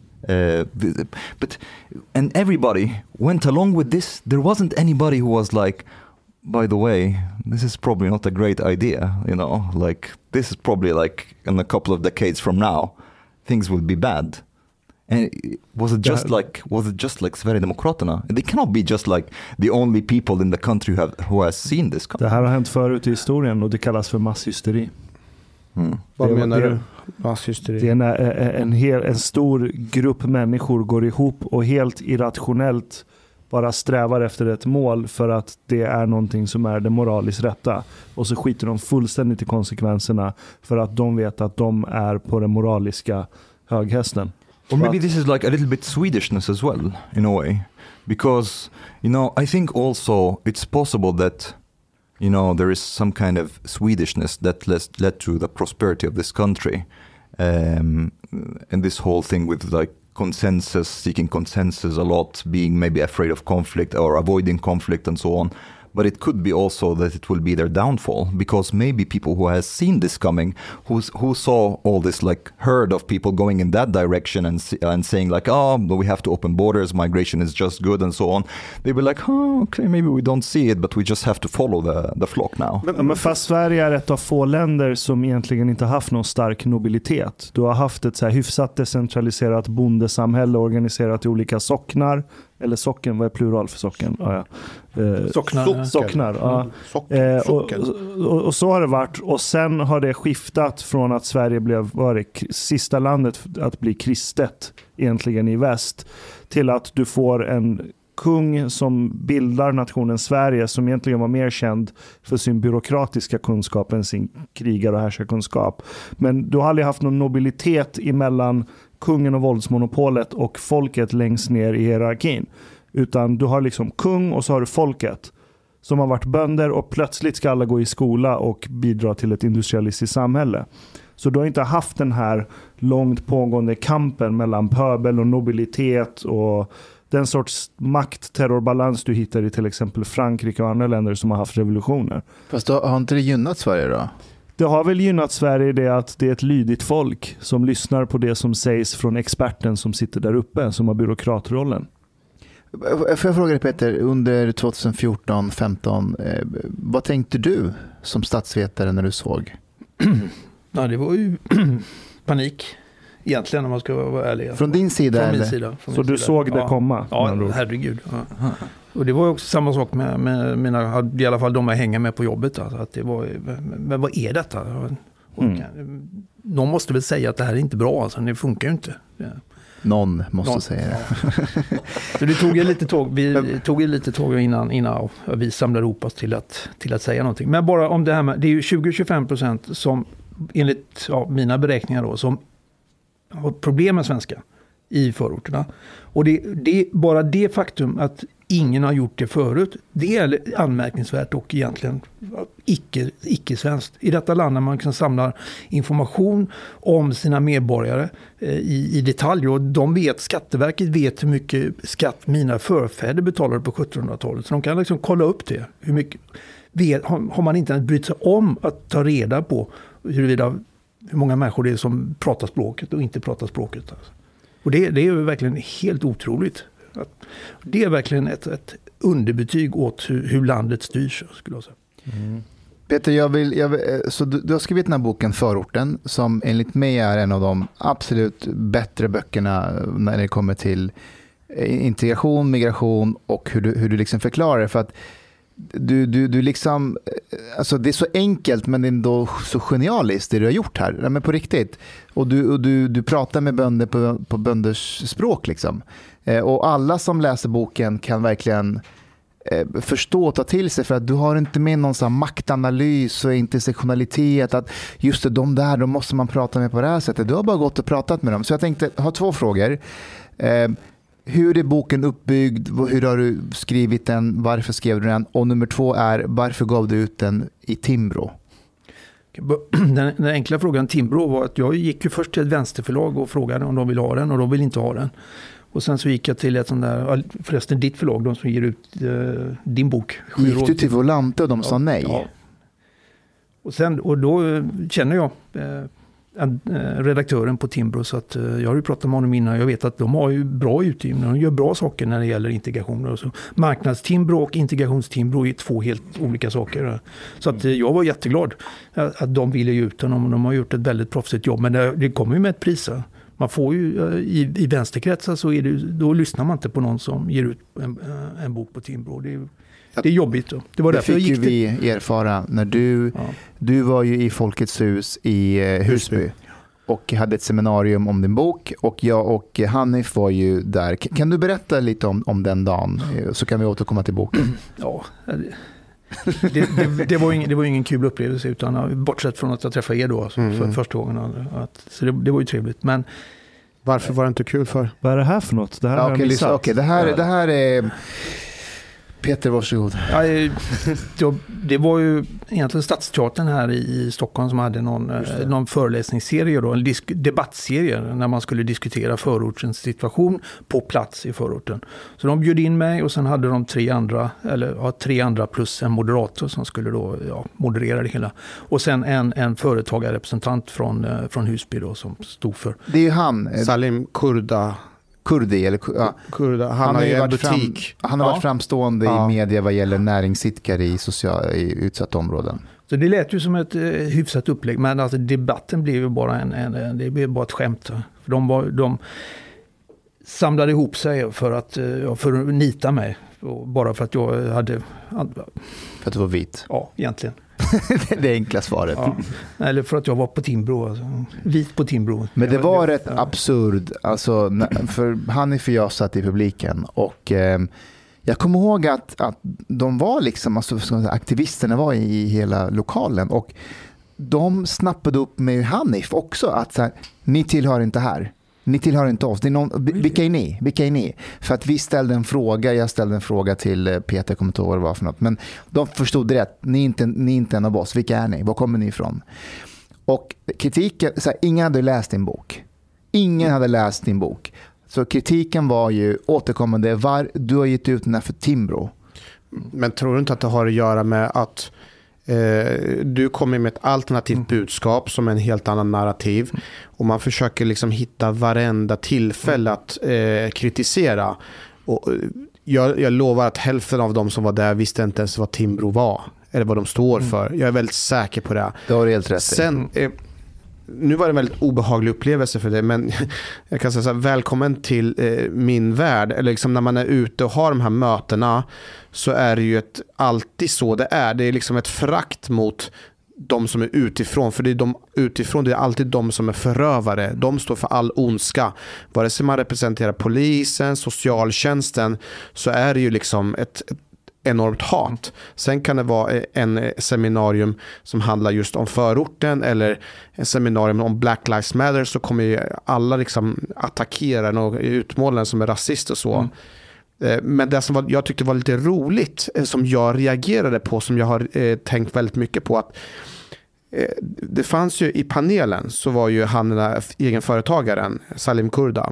And everybody went along with this. There wasn't anybody who was like, by the way, this is probably not a great idea, like this is probably like in a couple of decades from now, things will be bad. And was it just like Sverigedemokraterna? They cannot be just like the only people in the country who has seen this. Det här har hänt förut i historien och det kallas för masshysteri. Vad menar du? Masshysteri. Det är en stor grupp människor går ihop och helt irrationellt bara strävar efter ett mål för att det är någonting som är det moraliskt rätta. Och så skiter de fullständigt i konsekvenserna för att de vet att de är på den moraliska höghästen. Or maybe this is like a little bit Swedishness as well, in a way. Because, I think also it's possible that, there is some kind of Swedishness that led to the prosperity of this country. And this whole thing with like seeking consensus a lot, being maybe afraid of conflict or avoiding conflict and so on. But it could be also that it will be their downfall, because maybe people who has seen this coming, who saw all this like herd of people going in that direction and saying like, we have to open borders, migration is just good and so on. They were like, okay, maybe we don't see it, but we just have to follow the flock now. Men fast Sverige är ett av få länder som egentligen inte haft någon stark nobilitet. Du har haft ett så här hyfsat decentraliserat bondesamhälle organiserat i olika socknar Eller socken, vad är plural för socken? Socknar. Ja. Och så har det varit. Och sen har det skiftat från att Sverige var sista landet att bli kristet egentligen i väst, till att du får en kung som bildar nationen Sverige, som egentligen var mer känd för sin byråkratiska kunskap än sin krigar- och härskarkunskap. Men du har aldrig haft någon nobilitet emellan kungen och våldsmonopolet och folket längst ner i hierarkin. Utan du har liksom kung och så har du folket som har varit bönder, och plötsligt ska alla gå i skola och bidra till ett industrialistiskt samhälle. Så du har inte haft den här långt pågående kampen mellan pöbel och nobilitet och den sorts makt-terrorbalans du hittar i till exempel Frankrike och andra länder som har haft revolutioner. Fast då, har inte det gynnat Sverige då? Det har väl gynnat Sverige det att det är ett lydigt folk som lyssnar på det som sägs från experten som sitter där uppe, som har byråkratrollen. Får jag fråga dig, Peter, under 2014-15, vad tänkte du som statsvetare när du såg? Ja, det var ju panik egentligen, om man ska vara ärlig. Från din sida? Från min eller? sida. Så du såg det komma? Ja, herregud. Ja. Och det var också samma sak med mina, i alla fall de jag hänger med på jobbet. Alltså, att det var, men vad är detta? Någon måste väl säga att det här är inte bra, alltså, det funkar ju inte. Ja. Någon måste säga det. Ja. Så det tog lite tåg. Vi tog lite tåg innan vi samlade ihop oss till att säga någonting. Men bara om det här med, det är ju 20-25% som enligt mina beräkningar då, som har problem med svenska i förorterna. Och det bara det faktum att ingen har gjort det förut, det är anmärkningsvärt och egentligen icke-svenskt. I detta land när man kan samla information om sina medborgare i detalj, och Skatteverket vet hur mycket skatt mina förfäder betalade på 1700-talet, så de kan liksom kolla upp det. Hur mycket har man inte ens brytt sig om att ta reda på hur många människor det är som pratar språket och inte pratar språket. Alltså. Och det är ju verkligen helt otroligt. Det är verkligen ett underbetyg åt hur landet styrs, skulle jag säga. Mm. Peter, så du har skrivit den här boken Förorten, som enligt mig är en av de absolut bättre böckerna när det kommer till integration, migration och hur du liksom förklarar det. För att du liksom, alltså det är så enkelt men det är ändå så genialiskt det du har gjort här, men på riktigt. Och du pratar med bönder på bönders språk liksom. Och alla som läser boken kan verkligen förstå och ta till sig, för att du har inte med någon sån maktanalys och intersektionalitet, att just det, de måste man prata med på det här sättet. Du har bara gått och pratat med dem. Så jag tänkte ha 2 frågor. Hur är boken uppbyggd? Hur har du skrivit den? Varför skrev du den? Och nummer 2 är, varför gav du ut den i Timbro? Den enkla frågan Timbro var att jag gick ju först till ett vänsterförlag och frågade om de vill ha den, och de vill inte ha den. Och sen så gick jag till ett sånt där, förresten ditt förlag, de som ger ut din bok. Gick du till Volante och de sa nej? Ja. Och då känner jag redaktören på Timbro, så att jag har ju pratat med honom innan. Jag vet att de har ju bra utgivning, de gör bra saker när det gäller integrationer och så. Marknadstimbro och integrationstimbro är 2 helt olika saker. Så att jag var jätteglad att de ville ge ut den, och de har gjort ett väldigt proffsigt jobb, men det kommer ju med ett pris. Man får ju i vänsterkretsar, så då lyssnar man inte på någon som ger ut en bok på Timbro. Det är jobbigt. Det var därför fick ju vi erfara när du var ju i Folkets hus i Husby och hade ett seminarium om din bok, och jag och Hanif var ju där. Kan du berätta lite om den dagen, så kan vi återkomma till boken? Ja, det var ingen kul upplevelse, utan bortsett från att jag träffade er då för första gången. Så det var ju trevligt. Men varför var det inte kul för? Vad är det här för något? Det här har jag missat. Okej, det här är... Peter, varsågod. Ja, det var ju egentligen Stadsteatern här i Stockholm som hade någon föreläsningsserie då, en debattserie när man skulle diskutera förortens situation på plats i förorten. Så de bjöd in mig, och sen hade de 3 andra plus en moderator som skulle då moderera det hela. Och sen en företagarrepresentant från Husby då, som stod för. Det är ju han. Salim Kurdi, eller Kurda. Han har ju en butik. Han har varit framstående i media vad gäller näringsidkare i utsatta områden. Så det lät ju som ett hyfsat upplägg, men alltså debatten blev ju bara det blev bara ett skämt. För samlade ihop sig för att nita mig. Bara för att jag hade... För att du var vit? Ja, egentligen. Det enkla svaret. Ja. Eller för att jag var på Timbro. Alltså. Vit på Timbro. Men det var rätt absurd. Alltså, för Hanif och jag satt i publiken. Och jag kommer ihåg att de var liksom... Alltså, aktivisterna var i hela lokalen. Och de snappade upp med Hanif också. Att så här, ni tillhör inte här. Ni tillhör inte oss. Det är någon, vilka är ni? Vilka är ni? För att vi ställde en fråga. Jag ställde en fråga till Peter, kommer inte ihåg vad det var för något. Men de förstod rätt. Ni är inte en av oss. Vilka är ni? Var kommer ni ifrån? Och kritiken, så här, ingen hade läst din bok. Ingen hade läst din bok. Så kritiken var ju återkommande. Du har gett ut den här för Timbro. Men tror du inte att det har att göra med att du kommer med ett alternativt budskap som är en helt annan narrativ och man försöker liksom hitta varenda tillfälle att kritisera och jag lovar att hälften av dem som var där visste inte ens vad Timbro var eller vad de står för. Jag är väldigt säker på det. Det har du helt rätt. Sen nu var det en väldigt obehaglig upplevelse för det, men jag kan säga så här, välkommen till min värld. Eller liksom när man är ute och har de här mötena så är det ju alltid så det är. Det är liksom ett förakt mot de som är utifrån. För det är de utifrån, det är alltid de som är förövare. De står för all ondska. Vare sig man representerar polisen, socialtjänsten, så är det ju liksom ett enormt hat. Sen kan det vara en seminarium som handlar just om förorten eller en seminarium om Black Lives Matter, så kommer ju alla liksom attackera och utmåla den som är rasist och så. Men det som jag tyckte var lite roligt, som jag reagerade på, som jag har tänkt väldigt mycket på, att det fanns ju i panelen, så var ju han den där egenföretagaren Salim Kurda.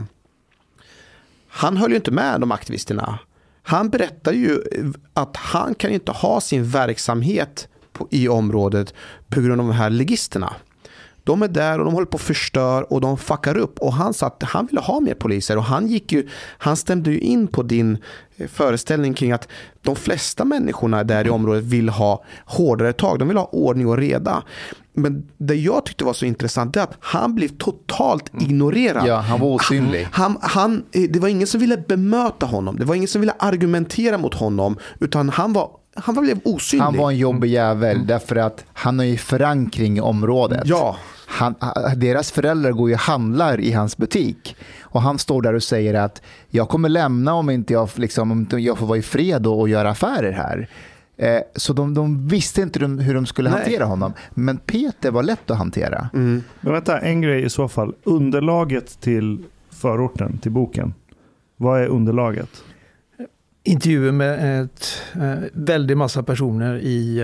Han höll ju inte med de aktivisterna. Han berättar ju att han kan inte ha sin verksamhet i området på grund av de här legisterna. De är där och de håller på att förstör och de fuckar upp. Och han sa att han ville ha mer poliser. Och han stämde ju in på din föreställning kring att de flesta människorna där i området vill ha hårdare tag. De vill ha ordning och reda. Men det jag tyckte var så intressant är att han blev totalt ignorerad. Ja, han var osynlig. Det var ingen som ville bemöta honom. Det var ingen som ville argumentera mot honom. Utan han blev osynlig. Han var en jobbig jävel därför att han har ju förankring i området. Ja. Deras föräldrar går ju och handlar i hans butik. Och han står där och säger att jag kommer lämna om inte jag får vara i fred och göra affärer här. Så de visste inte hur de skulle hantera honom. Men Peter var lätt att hantera. Men vänta, en grej i så fall. Underlaget till förorten, till boken. Vad är underlaget? Intervjuer med väldigt massa personer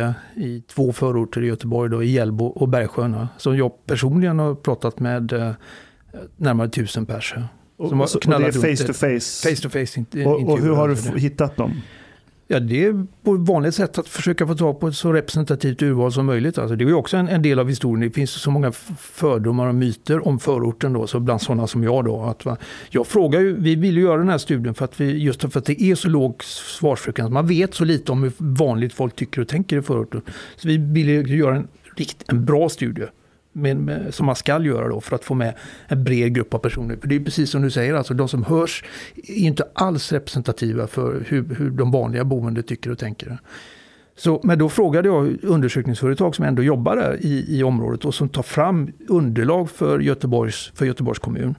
i 2 förorter i Göteborg, då, i Hjällbo och Bergsjön, som jag personligen har pratat med närmare 1000 personer. Och det är face to face? Face to face. Och hur har du hittat dem? Ja, det är på ett vanligt sätt att försöka få ta på ett så representativt urval som möjligt. Alltså, det är ju också en del av historien. Det finns så många fördomar och myter om förorten då, så bland sådana som jag då. Jag frågar ju, vi vill ju göra den här studien för att det är så låg svarsfrekvens. Man vet så lite om hur vanligt folk tycker och tänker i förorten. Så vi vill ju göra en bra studie. Som man ska göra då för att få med en bred grupp av personer. För det är precis som du säger, alltså de som hörs är inte alls representativa för hur de vanliga boende tycker och tänker. Men då frågade jag undersökningsföretag som ändå jobbar där i området och som tar fram underlag för Göteborgs kommun.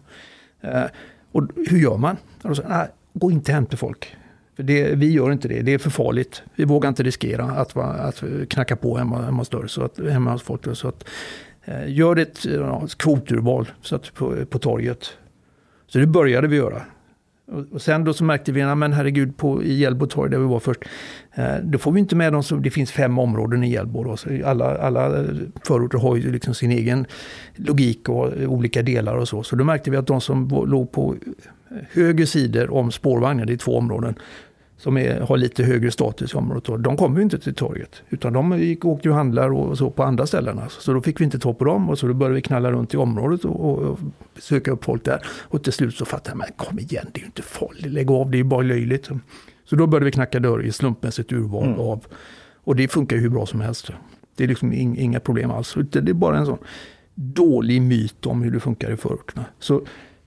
Och hur gör man? Och då sa, gå inte hem till folk. För vi gör inte det. Det är för farligt. Vi vågar inte riskera att knacka på hemma hos dörr, så att hemma hos folk. Så att gör ett kvoturval så att på torget. Så det började vi göra. Och sen då så märkte vi, men herregud, i Hjällbo torg där vi var först, då får vi inte med dem. Det finns 5 områden i Hjällbo då, så alla förorter har ju liksom sin egen logik och olika delar och så. Så då märkte vi att de som låg på höger sidor om spårvagnen, det är 2 områden som har lite högre status i området, och de kom ju inte till torget, utan de åkte ju handlar och så på andra ställen. Så då fick vi inte ta på dem, och så då började vi knalla runt i området och söka upp folk där. Och till slut så fattade jag, men kom igen, det är ju inte farligt, lägg av, det är ju bara löjligt. Så då började vi knacka dörr i slumpmässigt urval av, och det funkar ju hur bra som helst. Det är liksom inga problem alls. Det är bara en sån dålig myt om hur det funkar i förorterna. Så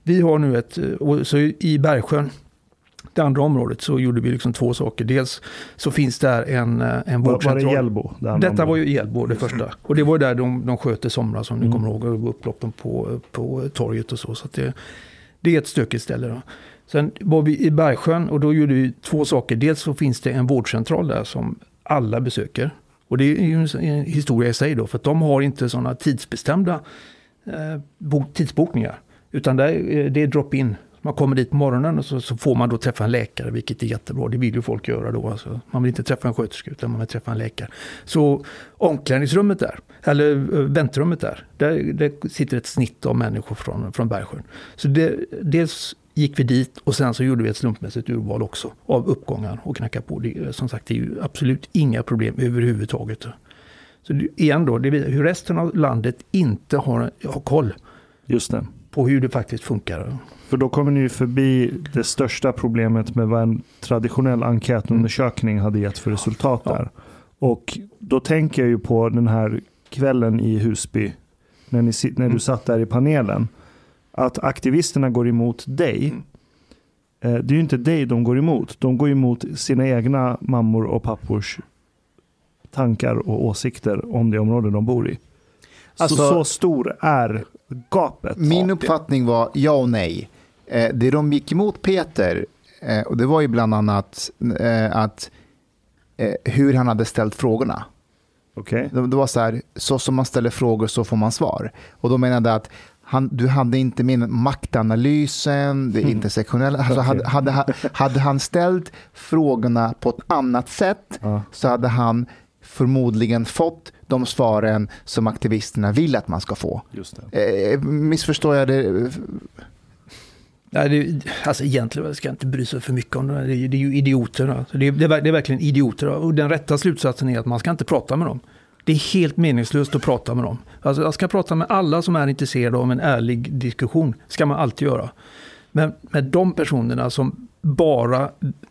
Vi har nu så i Bergsjön, det andra området, så gjorde vi liksom 2 saker. Dels så finns där en vårdcentral. Var det Hjällbo? Detta var ju Hjällbo, det första. Och det var där de sköt i somras, som ni kommer ihåg, upploppen på torget och så. Så att det är ett stökigt ställe då. Sen var vi i Bergsjön och då gjorde vi 2 saker. Dels så finns det en vårdcentral där som alla besöker. Och det är ju en historia i sig då, för att de har inte sådana tidsbestämda tidsbokningar. Utan det är drop-in. Man kommer dit på morgonen och så får man då träffa en läkare, vilket är jättebra. Det vill ju folk göra då. Alltså, man vill inte träffa en sköterska utan man vill träffa en läkare. Så omklädningsrummet där, eller väntrummet där sitter ett snitt av människor från Bergsjön. Så dels gick vi dit och sen så gjorde vi ett slumpmässigt urval också av uppgångar och knacka på. Det, som sagt, det är ju absolut inga problem överhuvudtaget. Så igen då, det är hur resten av landet inte har koll. Just det. På hur det faktiskt funkar. För då kommer ni ju förbi det största problemet med vad en traditionell enkätundersökning hade gett för resultat där. Och då tänker jag ju på den här kvällen i Husby när du satt där i panelen. Att aktivisterna går emot dig. Det är ju inte dig de går emot. De går emot sina egna mammor och pappors tankar och åsikter om det område de bor i. Alltså, så stor är gapet. Min uppfattning var ja och nej. Det de gick emot Peter, och det var ju bland annat att hur han hade ställt frågorna. Okay. Det var så här, så som man ställer frågor så får man svar. Och då menade att du hade inte med maktanalysen, det intersektionella. Alltså hade han ställt frågorna på ett annat sätt så hade han förmodligen fått de svaren som aktivisterna vill att man ska få. Just det. Missförstår jag det? Nej, alltså egentligen ska jag inte bry sig för mycket om det. Det är ju idioter. Alltså det är verkligen idioter. Och den rätta slutsatsen är att man ska inte prata med dem. Det är helt meningslöst att prata med dem. Alltså jag ska prata med alla som är intresserade av en ärlig diskussion. Ska man alltid göra. Men med de personerna som bara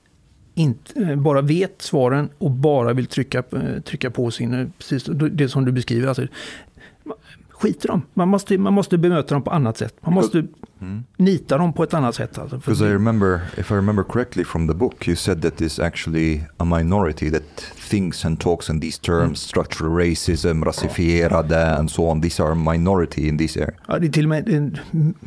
vet svaren och bara vill trycka på sin, precis det som du beskriver. Alltså, skiter dem. Man måste bemöta dem på annat sätt. Man måste nita dem på ett annat sätt. Alltså, because if I remember correctly from the book, you said that it's actually a minority that thinks and talks in these terms, structural racism, rasifierade and so on. These are a minority in this area. Ja, det är till och med en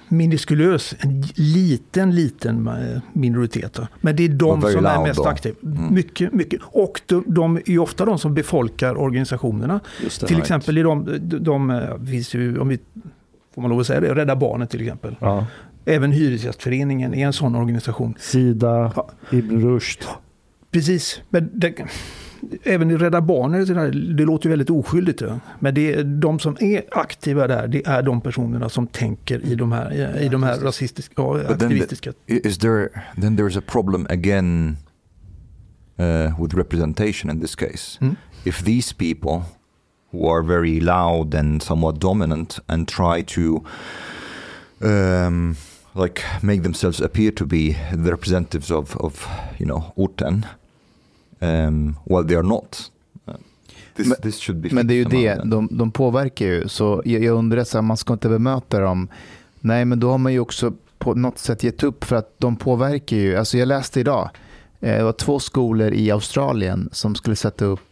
liten minoritet. Men det är de som är mest aktiva. Mycket. Och de är ju ofta de som befolkar organisationerna. Till exempel i de finns ju, om vi får man lov att säga det, Rädda Barnen till exempel. Ja. Även Hyresgästföreningen är en sån organisation. Sida, Ibn Rushd. Precis, men även i Rädda Barnen, det låter ju väldigt oskyldigt. Men de som är aktiva där, det är de personerna som tänker i de här rasistiska och aktivistiska. Then there's a problem again with representation in this case. If these people who are very loud and somewhat dominant and try to like make themselves appear to be the representatives of orten, well they are not. This should be. Men det är ju det, de påverkar ju. Så jag undrar så här, man ska inte bemöta dem. Nej, men då har man ju också på något sätt gett upp, för att de påverkar ju. Alltså jag läste idag, det var 2 skolor i Australien som skulle sätta upp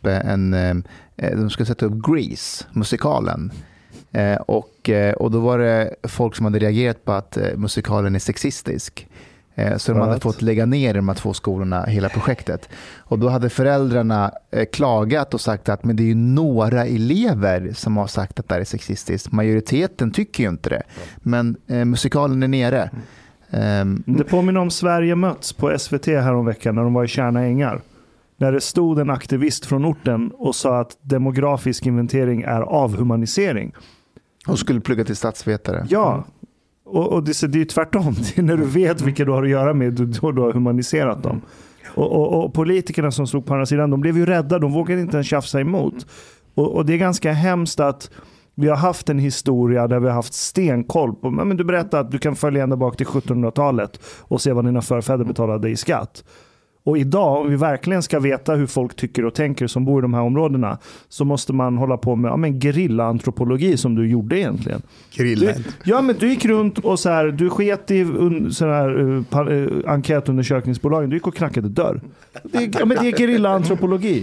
Grease, musikalen. Och då var det folk som hade reagerat på att musikalen är sexistisk. Så de hade fått lägga ner de här 2 skolorna, hela projektet. Och då hade föräldrarna klagat och sagt att men det är ju några elever som har sagt att det är sexistiskt. Majoriteten tycker ju inte det. Men musikalen är nere. Det påminner om Sverige möts på SVT häromveckan när de var i Tjärna ängar. När det stod en aktivist från orten och sa att demografisk inventering är avhumanisering. Och skulle plugga till statsvetare. Ja, och det är ju tvärtom. Det är när du vet vilka du har att göra med, då du har humaniserat dem. Och politikerna som stod på andra sidan, de blev ju rädda. De vågade inte ens tjafsa emot. Och det är ganska hemskt att vi har haft en historia där vi har haft stenkoll på. Men du berättar att du kan följa ända bak till 1700-talet och se vad dina förfäder betalade i skatt. Och idag, om vi verkligen ska veta hur folk tycker och tänker som bor i de här områdena, så måste man hålla på med gerillaantropologi som du gjorde egentligen. Men du gick runt och så här, du sket i sån här enkätundersökningsbolagen. Du gick och knackade dörr. Det är gerillaantropologi.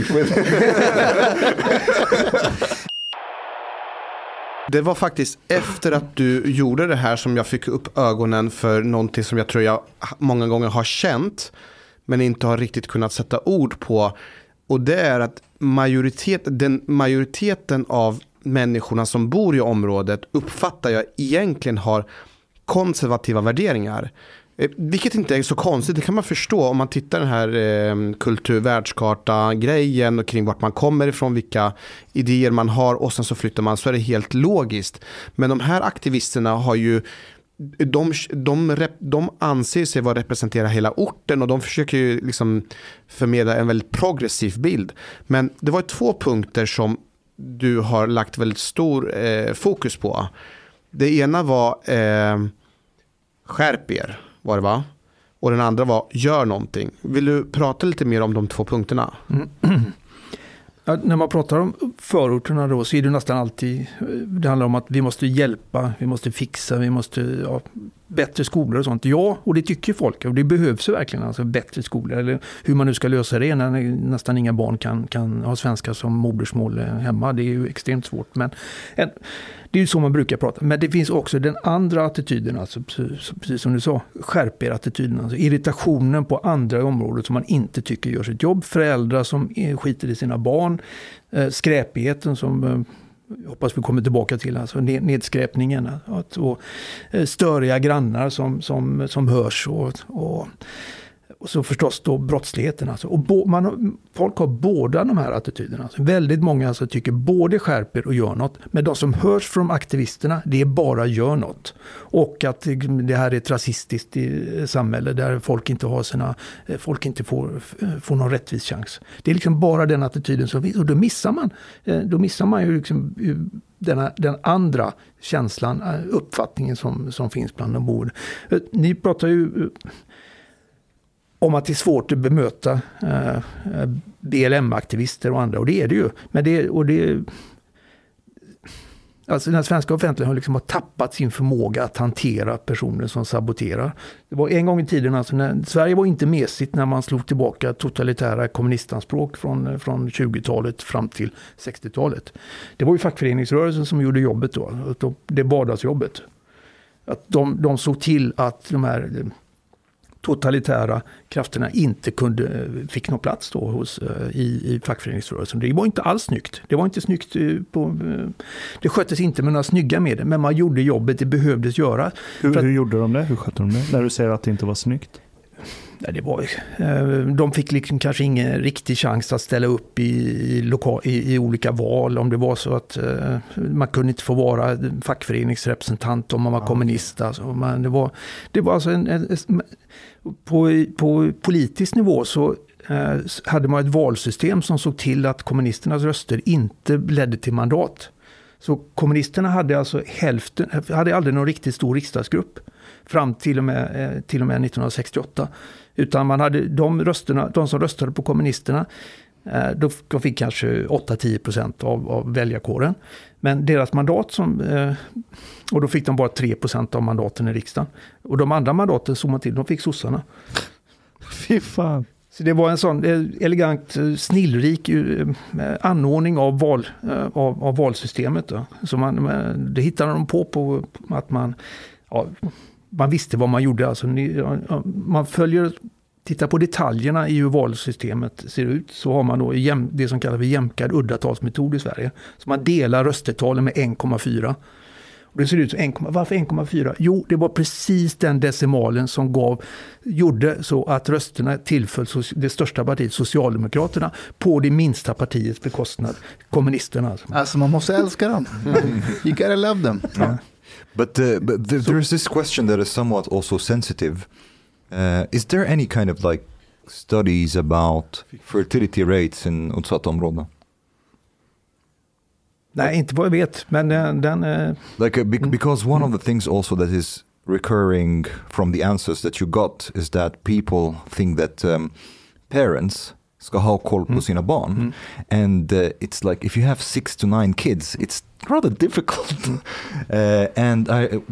Det var faktiskt efter att du gjorde det här som jag fick upp ögonen för någonting som jag tror jag många gånger har känt men inte har riktigt kunnat sätta ord på. Och det är att majoriteten av människorna som bor i området uppfattar jag egentligen har konservativa värderingar. Vilket inte är så konstigt, det kan man förstå om man tittar den här kulturvärldskarta-grejen och kring vart man kommer ifrån, vilka idéer man har och sen så flyttar man, så är det helt logiskt. Men de här aktivisterna har ju de anser sig vara representera hela orten och de försöker ju liksom förmedla en väldigt progressiv bild. Men det var 2 punkter som du har lagt väldigt stor fokus på. Det ena var skärp er, var det va? Och den andra var gör någonting. Vill du prata lite mer om de 2 punkterna? Ja, när man pratar om förorterna då så är det nästan alltid, det handlar om att vi måste hjälpa, vi måste fixa, vi måste bättre skolor och sånt. Ja, och det tycker folk och det behövs verkligen, alltså bättre skolor, eller hur man nu ska lösa det när nästan inga barn kan ha svenska som modersmål hemma. Det är ju extremt svårt, men det är ju så man brukar prata. Men det finns också den andra attityden, alltså precis som du sa, skärp er attityden, alltså irritationen på andra områden som man inte tycker gör sitt jobb, föräldrar som skiter i sina barn, skräpigheten som jag hoppas vi kommer tillbaka till, alltså nedskräpningen och störiga grannar som hörs och så förstås då brottsligheten. Alltså. Och folk har båda de här attityderna. Alltså. Väldigt många alltså tycker både skärper och gör något. Men de som hörs från aktivisterna, det är bara gör något. Och att det här är ett rasistiskt samhälle där folk inte får någon rättvis chans. Det är liksom bara den attityden som finns. Och då missar man ju liksom den andra känslan, uppfattningen som finns bland de boende. Ni pratar ju om att det är svårt att bemöta BLM-aktivister och andra, och det är det ju. Men alltså den svenska offentligheten har tappat sin förmåga att hantera personer som saboterar. Det var en gång i tiden, alltså när Sverige var inte mesigt när man slog tillbaka totalitära kommunistanspråk från 20-talet fram till 60-talet. Det var ju fackföreningsrörelsen som gjorde jobbet då, det vardagsjobbet. Att de såg till att de här totalitära krafterna inte fick någon plats då i fackföreningsrörelsen. Det var inte alls snyggt. Det var inte snyggt det sköttes inte med några snygga medel, men man gjorde jobbet, det behövdes göra. Hur gjorde de det? Hur skötte de det? När du säger att det inte var snyggt? De fick kanske ingen riktig chans att ställa upp i olika val, om det var så att man kunde inte få vara fackföreningsrepresentant om man var kommunist. Alltså, det var alltså på politisk nivå så hade man ett valsystem som såg till att kommunisternas röster inte ledde till mandat. Så kommunisterna hade alltså hade aldrig någon riktigt stor riksdagsgrupp fram till och med 1968. Utan man hade de som röstade på kommunisterna, de fick kanske 8-10% av väljarkåren. Men deras mandat och då fick de bara 3% av mandaten i riksdagen. Och de andra mandaten såg man till, de fick sossarna. Fy fan. Så det var en sån elegant, snillrik anordning av valsystemet. Då. Så det hittade de på att man visste vad man gjorde. Alltså, man tittar på detaljerna i hur valsystemet ser ut, så har man då det som kallas för jämkad uddatalsmetod i Sverige. Så man delar röstetalen med 1,4. Och det ser ut som varför 1,4? Jo, det var precis den decimalen som gjorde så att rösterna tillföll det största partiet, Socialdemokraterna, på det minsta partiets bekostnad, kommunisterna. Alltså man måste älska dem. You gotta love them. Yeah. But there's this question that is somewhat also sensitive. Is there any kind of like studies about fertility rates in utsatta områden? Nej, inte vad jag vet, men den because one of the things also that is recurring from the answers that you got is that people think that parents ska ha koll på sina barn. And it's like if you have 6 to 9 kids, it's rather difficult. And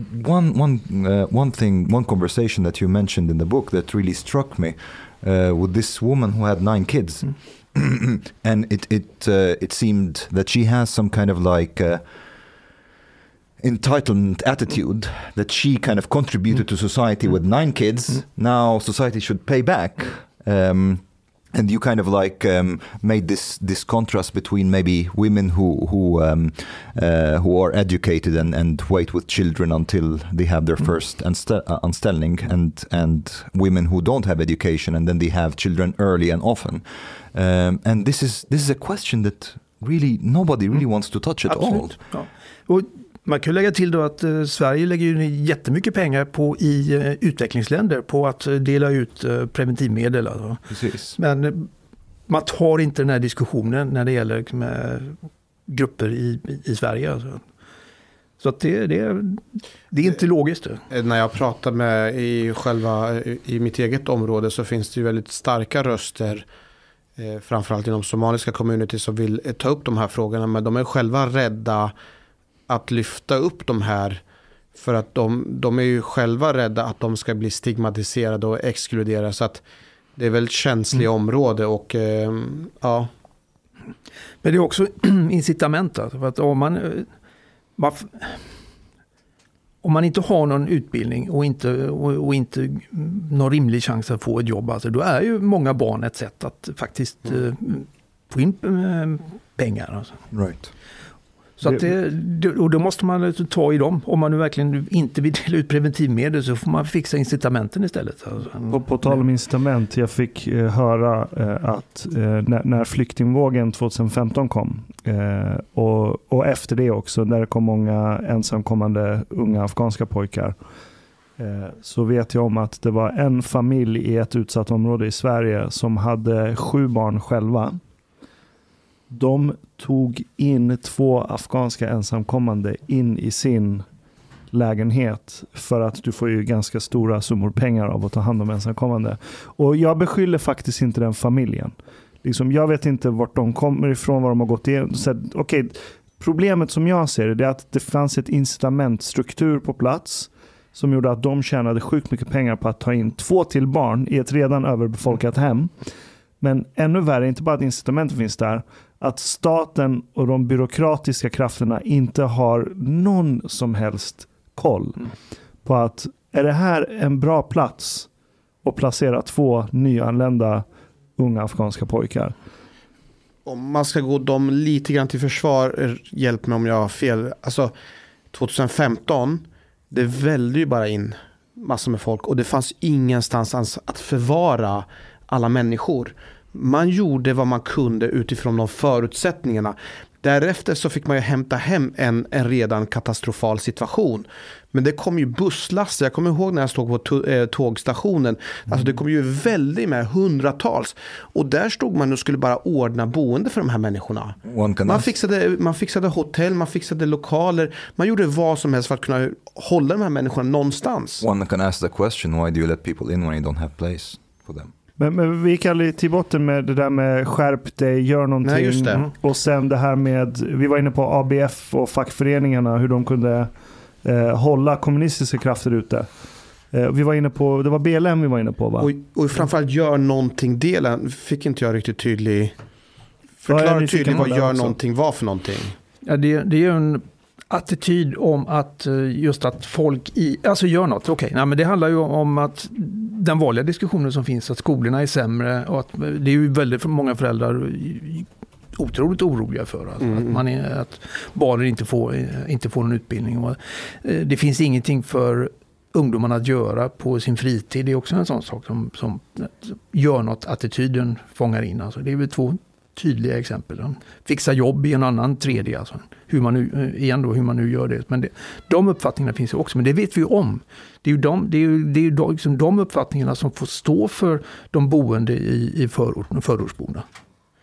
one conversation that you mentioned in the book that really struck me with this woman who had 9 kids. And it seemed that she has some kind of like entitlement attitude, that she kind of contributed to society with 9 kids. Now society should pay back. And you kind of like made this contrast between maybe women who are educated and wait with children until they have their first anställning, and women who don't have education and then they have children early and often. And this is a question that really nobody really wants to touch at all. Ja. Och man kan lägga till då att Sverige lägger ju jättemycket pengar i utvecklingsländer på att dela ut preventivmedel. Alltså. Precis. Men man tar inte den här diskussionen när det gäller grupper i Sverige. Alltså. Så att det är inte logiskt. När jag pratar med i mitt eget område så finns det ju väldigt starka röster, framförallt inom somaliska community, som vill ta upp de här frågorna, men de är själva rädda att lyfta upp de här, för att de är ju själva rädda att de ska bli stigmatiserade och exkluderade, så att det är väl känsliga område och ja. Men det är också incitament, alltså, för att om man inte har någon utbildning och inte någon rimlig chans att få ett jobb, alltså, då är ju många barn ett sätt att faktiskt få in pengar. Alltså. Right. Så att och då måste man ta i dem. Om man nu verkligen inte vill dela ut preventivmedel så får man fixa incitamenten istället. Alltså. På tal om incitament, jag fick höra att när flyktingvågen 2015 kom och efter det också, där det kom många ensamkommande unga afghanska pojkar, så vet jag om att det var en familj i ett utsatt område i Sverige som hade 7 barn själva. De tog in 2 afghanska ensamkommande in i sin lägenhet, för att du får ju ganska stora summor pengar av att ta hand om ensamkommande. Och jag beskyller faktiskt inte den familjen. Liksom, jag vet inte vart de kommer ifrån, vad de har gått igenom. Okej, problemet som jag ser det är att det fanns ett incitamentstruktur på plats som gjorde att de tjänade sjukt mycket pengar på att ta in 2 till barn i ett redan överbefolkat hem. Men ännu värre, inte bara att incitamentet finns där, att staten och de byråkratiska krafterna inte har någon som helst koll på att är det här en bra plats att placera 2 nyanlända unga afghanska pojkar. Om man ska gå dem lite grann till försvar, hjälp mig om jag har fel. Alltså 2015, det välde ju bara in massor med folk och det fanns ingenstans att förvara alla människor. Man gjorde vad man kunde utifrån de förutsättningarna. Därefter så fick man ju hämta hem en redan katastrofal situation. Men det kom ju busslast. Jag kommer ihåg när jag stod på tågstationen. Alltså det kom ju väldigt med hundratals. Och där stod man och skulle bara ordna boende för de här människorna. Man fixade hotell, man fixade lokaler. Man gjorde vad som helst för att kunna hålla de här människorna någonstans. One can ask the question, why do you let people in when you don't have place for them? Men vi kan lite till botten med det där med skärp dig, gör någonting. Nej, just det. Och sen det här med, vi var inne på ABF och fackföreningarna, hur de kunde hålla kommunistiska krafter ute. Vi var inne på, det var BLM vi var inne på, va? Och framförallt gör någonting, delen fick inte jag riktigt tydlig. Förklara tydligt vad gör någonting var för någonting. Ja, det är ju en attityd om att just att folk gör något. Okej, men det handlar ju om att den vanliga diskussionen som finns, att skolorna är sämre och att det är ju väldigt många föräldrar otroligt oroliga för att barnen inte får någon utbildning. Och det finns ingenting för ungdomarna att göra på sin fritid. Det är också en sån sak som gör något, attityden fångar in. Alltså, det är väl 2 tydliga exempel. Fixa jobb i en annan tredje. Alltså. Hur man nu gör det. Men de uppfattningarna finns ju också. Men det vet vi ju om. Det är ju de uppfattningarna som får stå för de boende i förortsborna.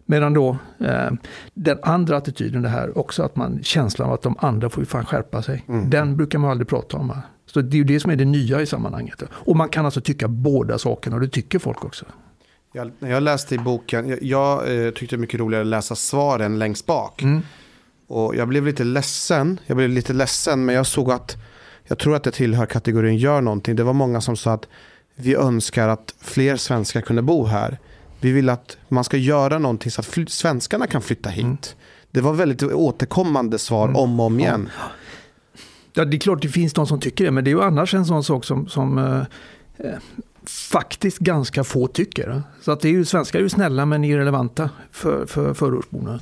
Medan då den andra attityden, det här också att känslan av att de andra får ju fan skärpa sig. Den brukar man aldrig prata om. Så det är ju det som är det nya i sammanhanget. Och man kan alltså tycka båda sakerna, och det tycker folk också. När jag läste i boken, jag tyckte det var mycket roligare att läsa svaren längst bak. Och jag blev lite ledsen, men jag såg att jag tror att det tillhör kategorin gör någonting. Det var många som sa att vi önskar att fler svenskar kunde bo här. Vi vill att man ska göra någonting så att svenskarna kan flytta hit. Det var väldigt återkommande svar om och om igen. Ja, det är klart det finns de som tycker det, men det är ju annars en sån sak som faktiskt ganska få tycker. Så att det är ju, svenskar är ju snälla men irrelevanta för förortsborna.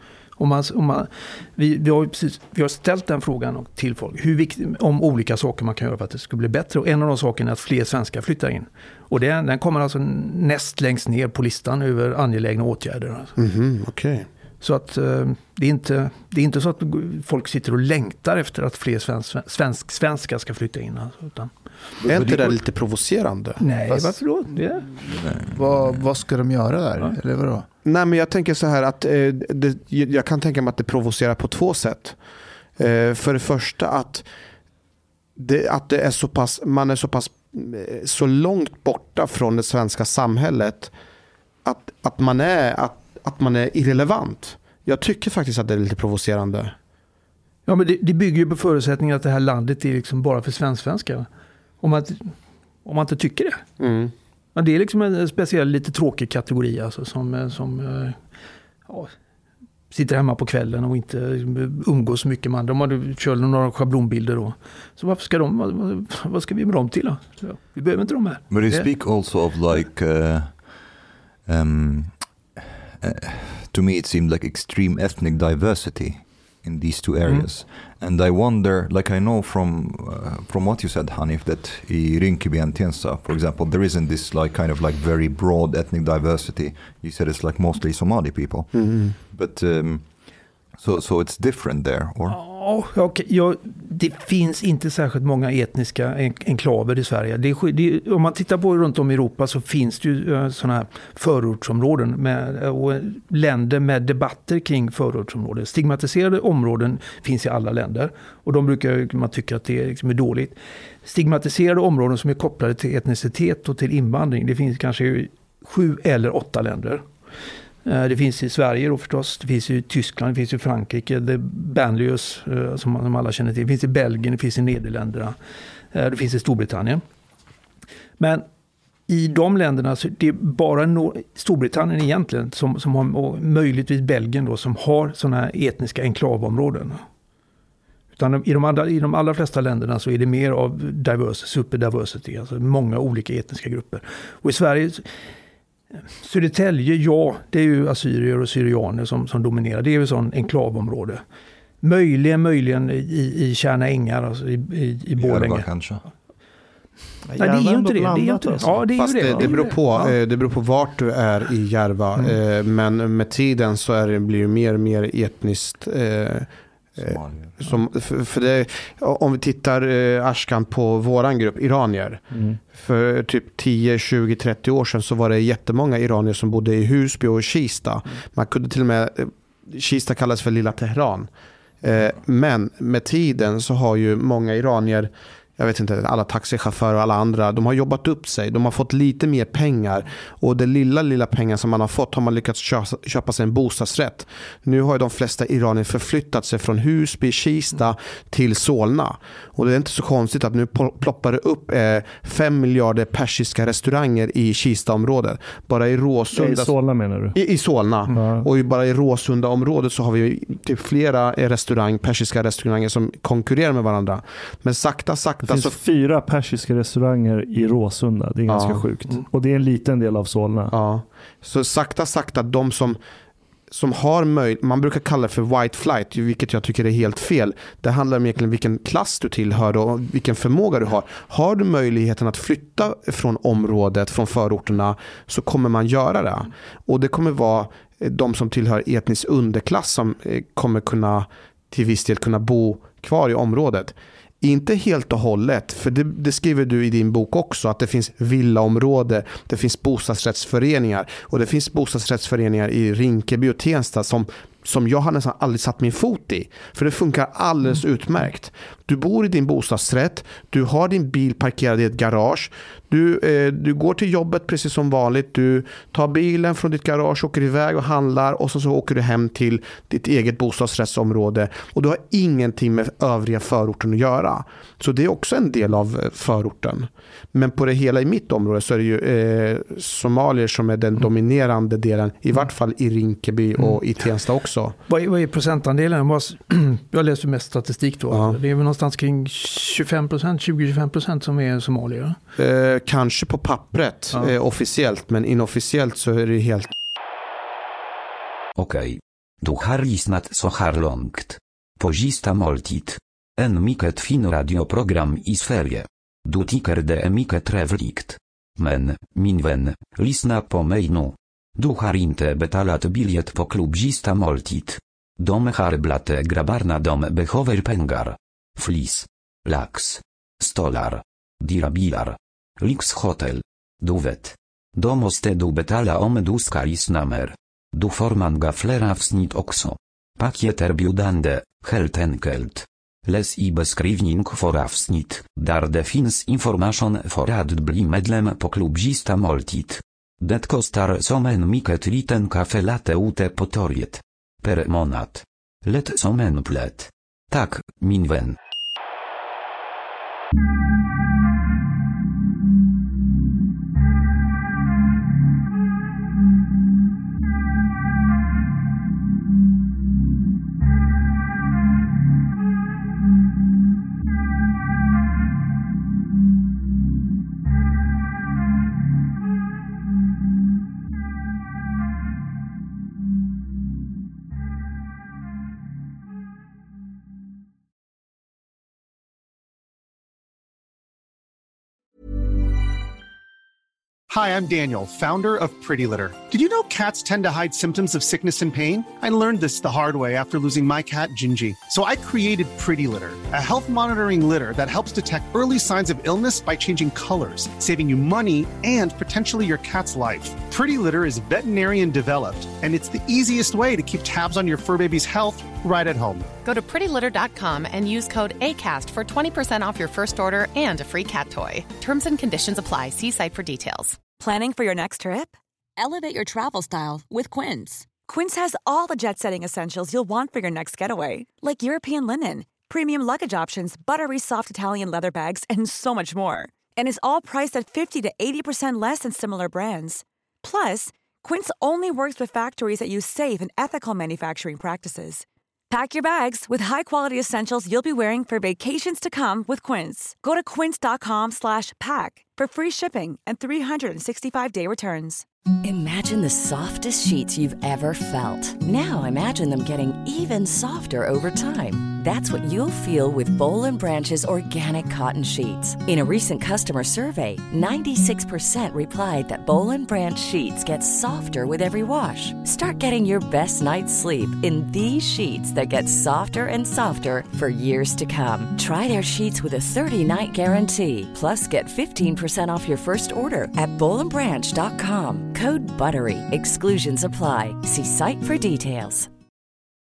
Vi har ställt den frågan till folk om olika saker man kan göra för att det ska bli bättre. Och en av de sakerna är att fler svenskar flyttar in. Och den kommer alltså näst längst ner på listan över angelägna åtgärder. Okej. Så att det är inte så att folk sitter och längtar efter att fler svenskar ska flytta in. Alltså, utan. Är inte det lite provocerande? Nej, varför då? Vad ska de göra där? Ja. Eller vadå? Nej, men jag tänker så här att jag kan tänka mig att det provocerar på två sätt. För det första att det är så pass, man är så långt borta från det svenska samhället att man är irrelevant. Jag tycker faktiskt att det är lite provocerande. Ja, men det bygger ju på förutsättningen att det här landet är liksom bara för svenskar. Om man inte tycker det. Ja, det är liksom en speciell, lite tråkig kategori alltså, som sitter hemma på kvällen och inte umgås så mycket med andra. De hade kört några schablonbilder då. Så vad ska vi med dem till då? Så, vi behöver inte dem här. But you speak also of like to me it seemed like extreme ethnic diversity in these two areas. And I wonder, like I know from what you said, Hanif, that i Rinkeby and Tensta, for example, there isn't this like kind of like very broad ethnic diversity. You said it's like mostly Somali people. But so it's different there, or? Det finns inte särskilt många etniska enklaver i Sverige. Om man tittar på runt om i Europa så finns det ju sådana här förortsområden och länder med debatter kring förortsområden. Stigmatiserade områden finns i alla länder och de brukar man tycka att det liksom är dåligt. Stigmatiserade områden som är kopplade till etnicitet och till invandring, det finns kanske 7 eller 8 länder. Det finns i Sverige då förstås, det finns i Tyskland, det finns i Frankrike, det är Benelux som alla känner till, det finns i Belgien, det finns i Nederländerna, det finns i Storbritannien. Men i de länderna så det är bara Storbritannien egentligen som har, och möjligtvis Belgien då, som har sådana här etniska enklavområden. Utan i de allra flesta länderna så är det mer av superdiversity, alltså många olika etniska grupper. Och i Sverige Södertälje, det är ju assyrier och syrianer som dominerar. Det är ju sån enklavområde. Möjligen i Kärna ängar, alltså i Borlänge. Kanske. Nej, det är ju inte det. Ja, det är fast ju det. Det beror på vart du är i Järva. Men med tiden så blir det mer och mer etniskt. För det, om vi tittar Ashkan på våran grupp iranier, för typ 10, 20, 30 år sedan så var det jättemånga iranier som bodde i Husby och Kista. Man kunde till och med, Kista kallas för Lilla Teheran. Men med tiden så har ju många iranier, jag vet inte, alla taxichaufförer och alla andra, de har jobbat upp sig, de har fått lite mer pengar och det lilla pengar som man har fått har man lyckats köpa sig en bostadsrätt. Nu har ju de flesta iranier förflyttat sig från Husby, Kista till Solna och det är inte så konstigt att nu ploppar det upp 5 miljarder persiska restauranger i Kista-området. Bara i Råsunda... I Solna menar du? I Solna. Och bara i Råsunda-området så har vi typ flera persiska restauranger som konkurrerar med varandra. Men sakta det finns 4 persiska restauranger i Råsunda. Det är ganska sjukt. Och det är en liten del av Solna. Ja. Så sakta de som har man brukar kalla det för white flight, vilket jag tycker är helt fel. Det handlar om egentligen vilken klass du tillhör och vilken förmåga du har. Har du möjligheten att flytta från området, från förorterna, så kommer man göra det. Och det kommer vara de som tillhör etnisk underklass som kommer kunna till viss del kunna bo kvar i området. Inte helt och hållet, för det skriver du i din bok också, att det finns villaområde, det finns bostadsrättsföreningar, och det finns bostadsrättsföreningar i Rinkeby och Tensta som jag har nästan aldrig satt min fot i. För det funkar alldeles utmärkt. Du bor i din bostadsrätt, du har din bil parkerad i ett garage, du går till jobbet precis som vanligt, du tar bilen från ditt garage, åker iväg och handlar, och så åker du hem till ditt eget bostadsrättsområde, och du har ingenting med övriga förorten att göra. Så det är också en del av förorten. Men på det hela i mitt område så är det ju somalier som är den dominerande delen, i vart fall i Rinkeby och i Tensta också. Vad är procentandelen? Jag läser mest statistik då. Ja. Det är väl någonstans kring 20-25% som är somalier. Kanske på pappret officiellt, men inofficiellt så är det helt... Okej. Du har lyssnat så här långt. På sista måltid. En mycket fin radioprogram i Sverige. Du tycker det är mycket trevligt. Men, min vän, lyssna på mig nu. Du har inte betalat biljett på klubb sista måltid. De har blate grabbarna, de behöver pengar. Flis. Lax. Stolar. Dyra bilar. Lyxhotel. Du vet. Då måste du betala om du ska lyssna mer. Du får många fler avsnitt också. Paket erbjudande, helt enkelt. Läs i beskrivning för avsnitt, där det finns information för att bli medlem på klubb sista måltid. Det kostar som en mycket liten kaffelatte ute på torget. Per månad. Lätt som en plätt. Tack, min vän. Hi, I'm Daniel, founder of Pretty Litter. Did you know cats tend to hide symptoms of sickness and pain? I learned this the hard way after losing my cat, Gingy. So I created Pretty Litter, a health monitoring litter that helps detect early signs of illness by changing colors, saving you money and potentially your cat's life. Pretty Litter is veterinarian developed, and it's the easiest way to keep tabs on your fur baby's health right at home. Go to prettylitter.com and use code ACAST for 20% off your first order and a free cat toy. Terms and conditions apply. See site for details. Planning for your next trip? Elevate your travel style with Quince. Quince has all the jet-setting essentials you'll want for your next getaway, like European linen, premium luggage options, buttery soft Italian leather bags, and so much more. And is all priced at 50 to 80% less than similar brands. Plus, Quince only works with factories that use safe and ethical manufacturing practices. Pack your bags with high-quality essentials you'll be wearing for vacations to come with Quince. Go to quince.com/pack for free shipping and 365-day returns. Imagine the softest sheets you've ever felt. Now imagine them getting even softer over time. That's what you'll feel with Boll & Branch's organic cotton sheets. In a recent customer survey, 96% replied that Boll & Branch sheets get softer with every wash. Start getting your best night's sleep in these sheets that get softer and softer for years to come. Try their sheets with a 30-night guarantee. Plus, get 15% off your first order at bollandbranch.com. Code BUTTERY. Exclusions apply. See site for details.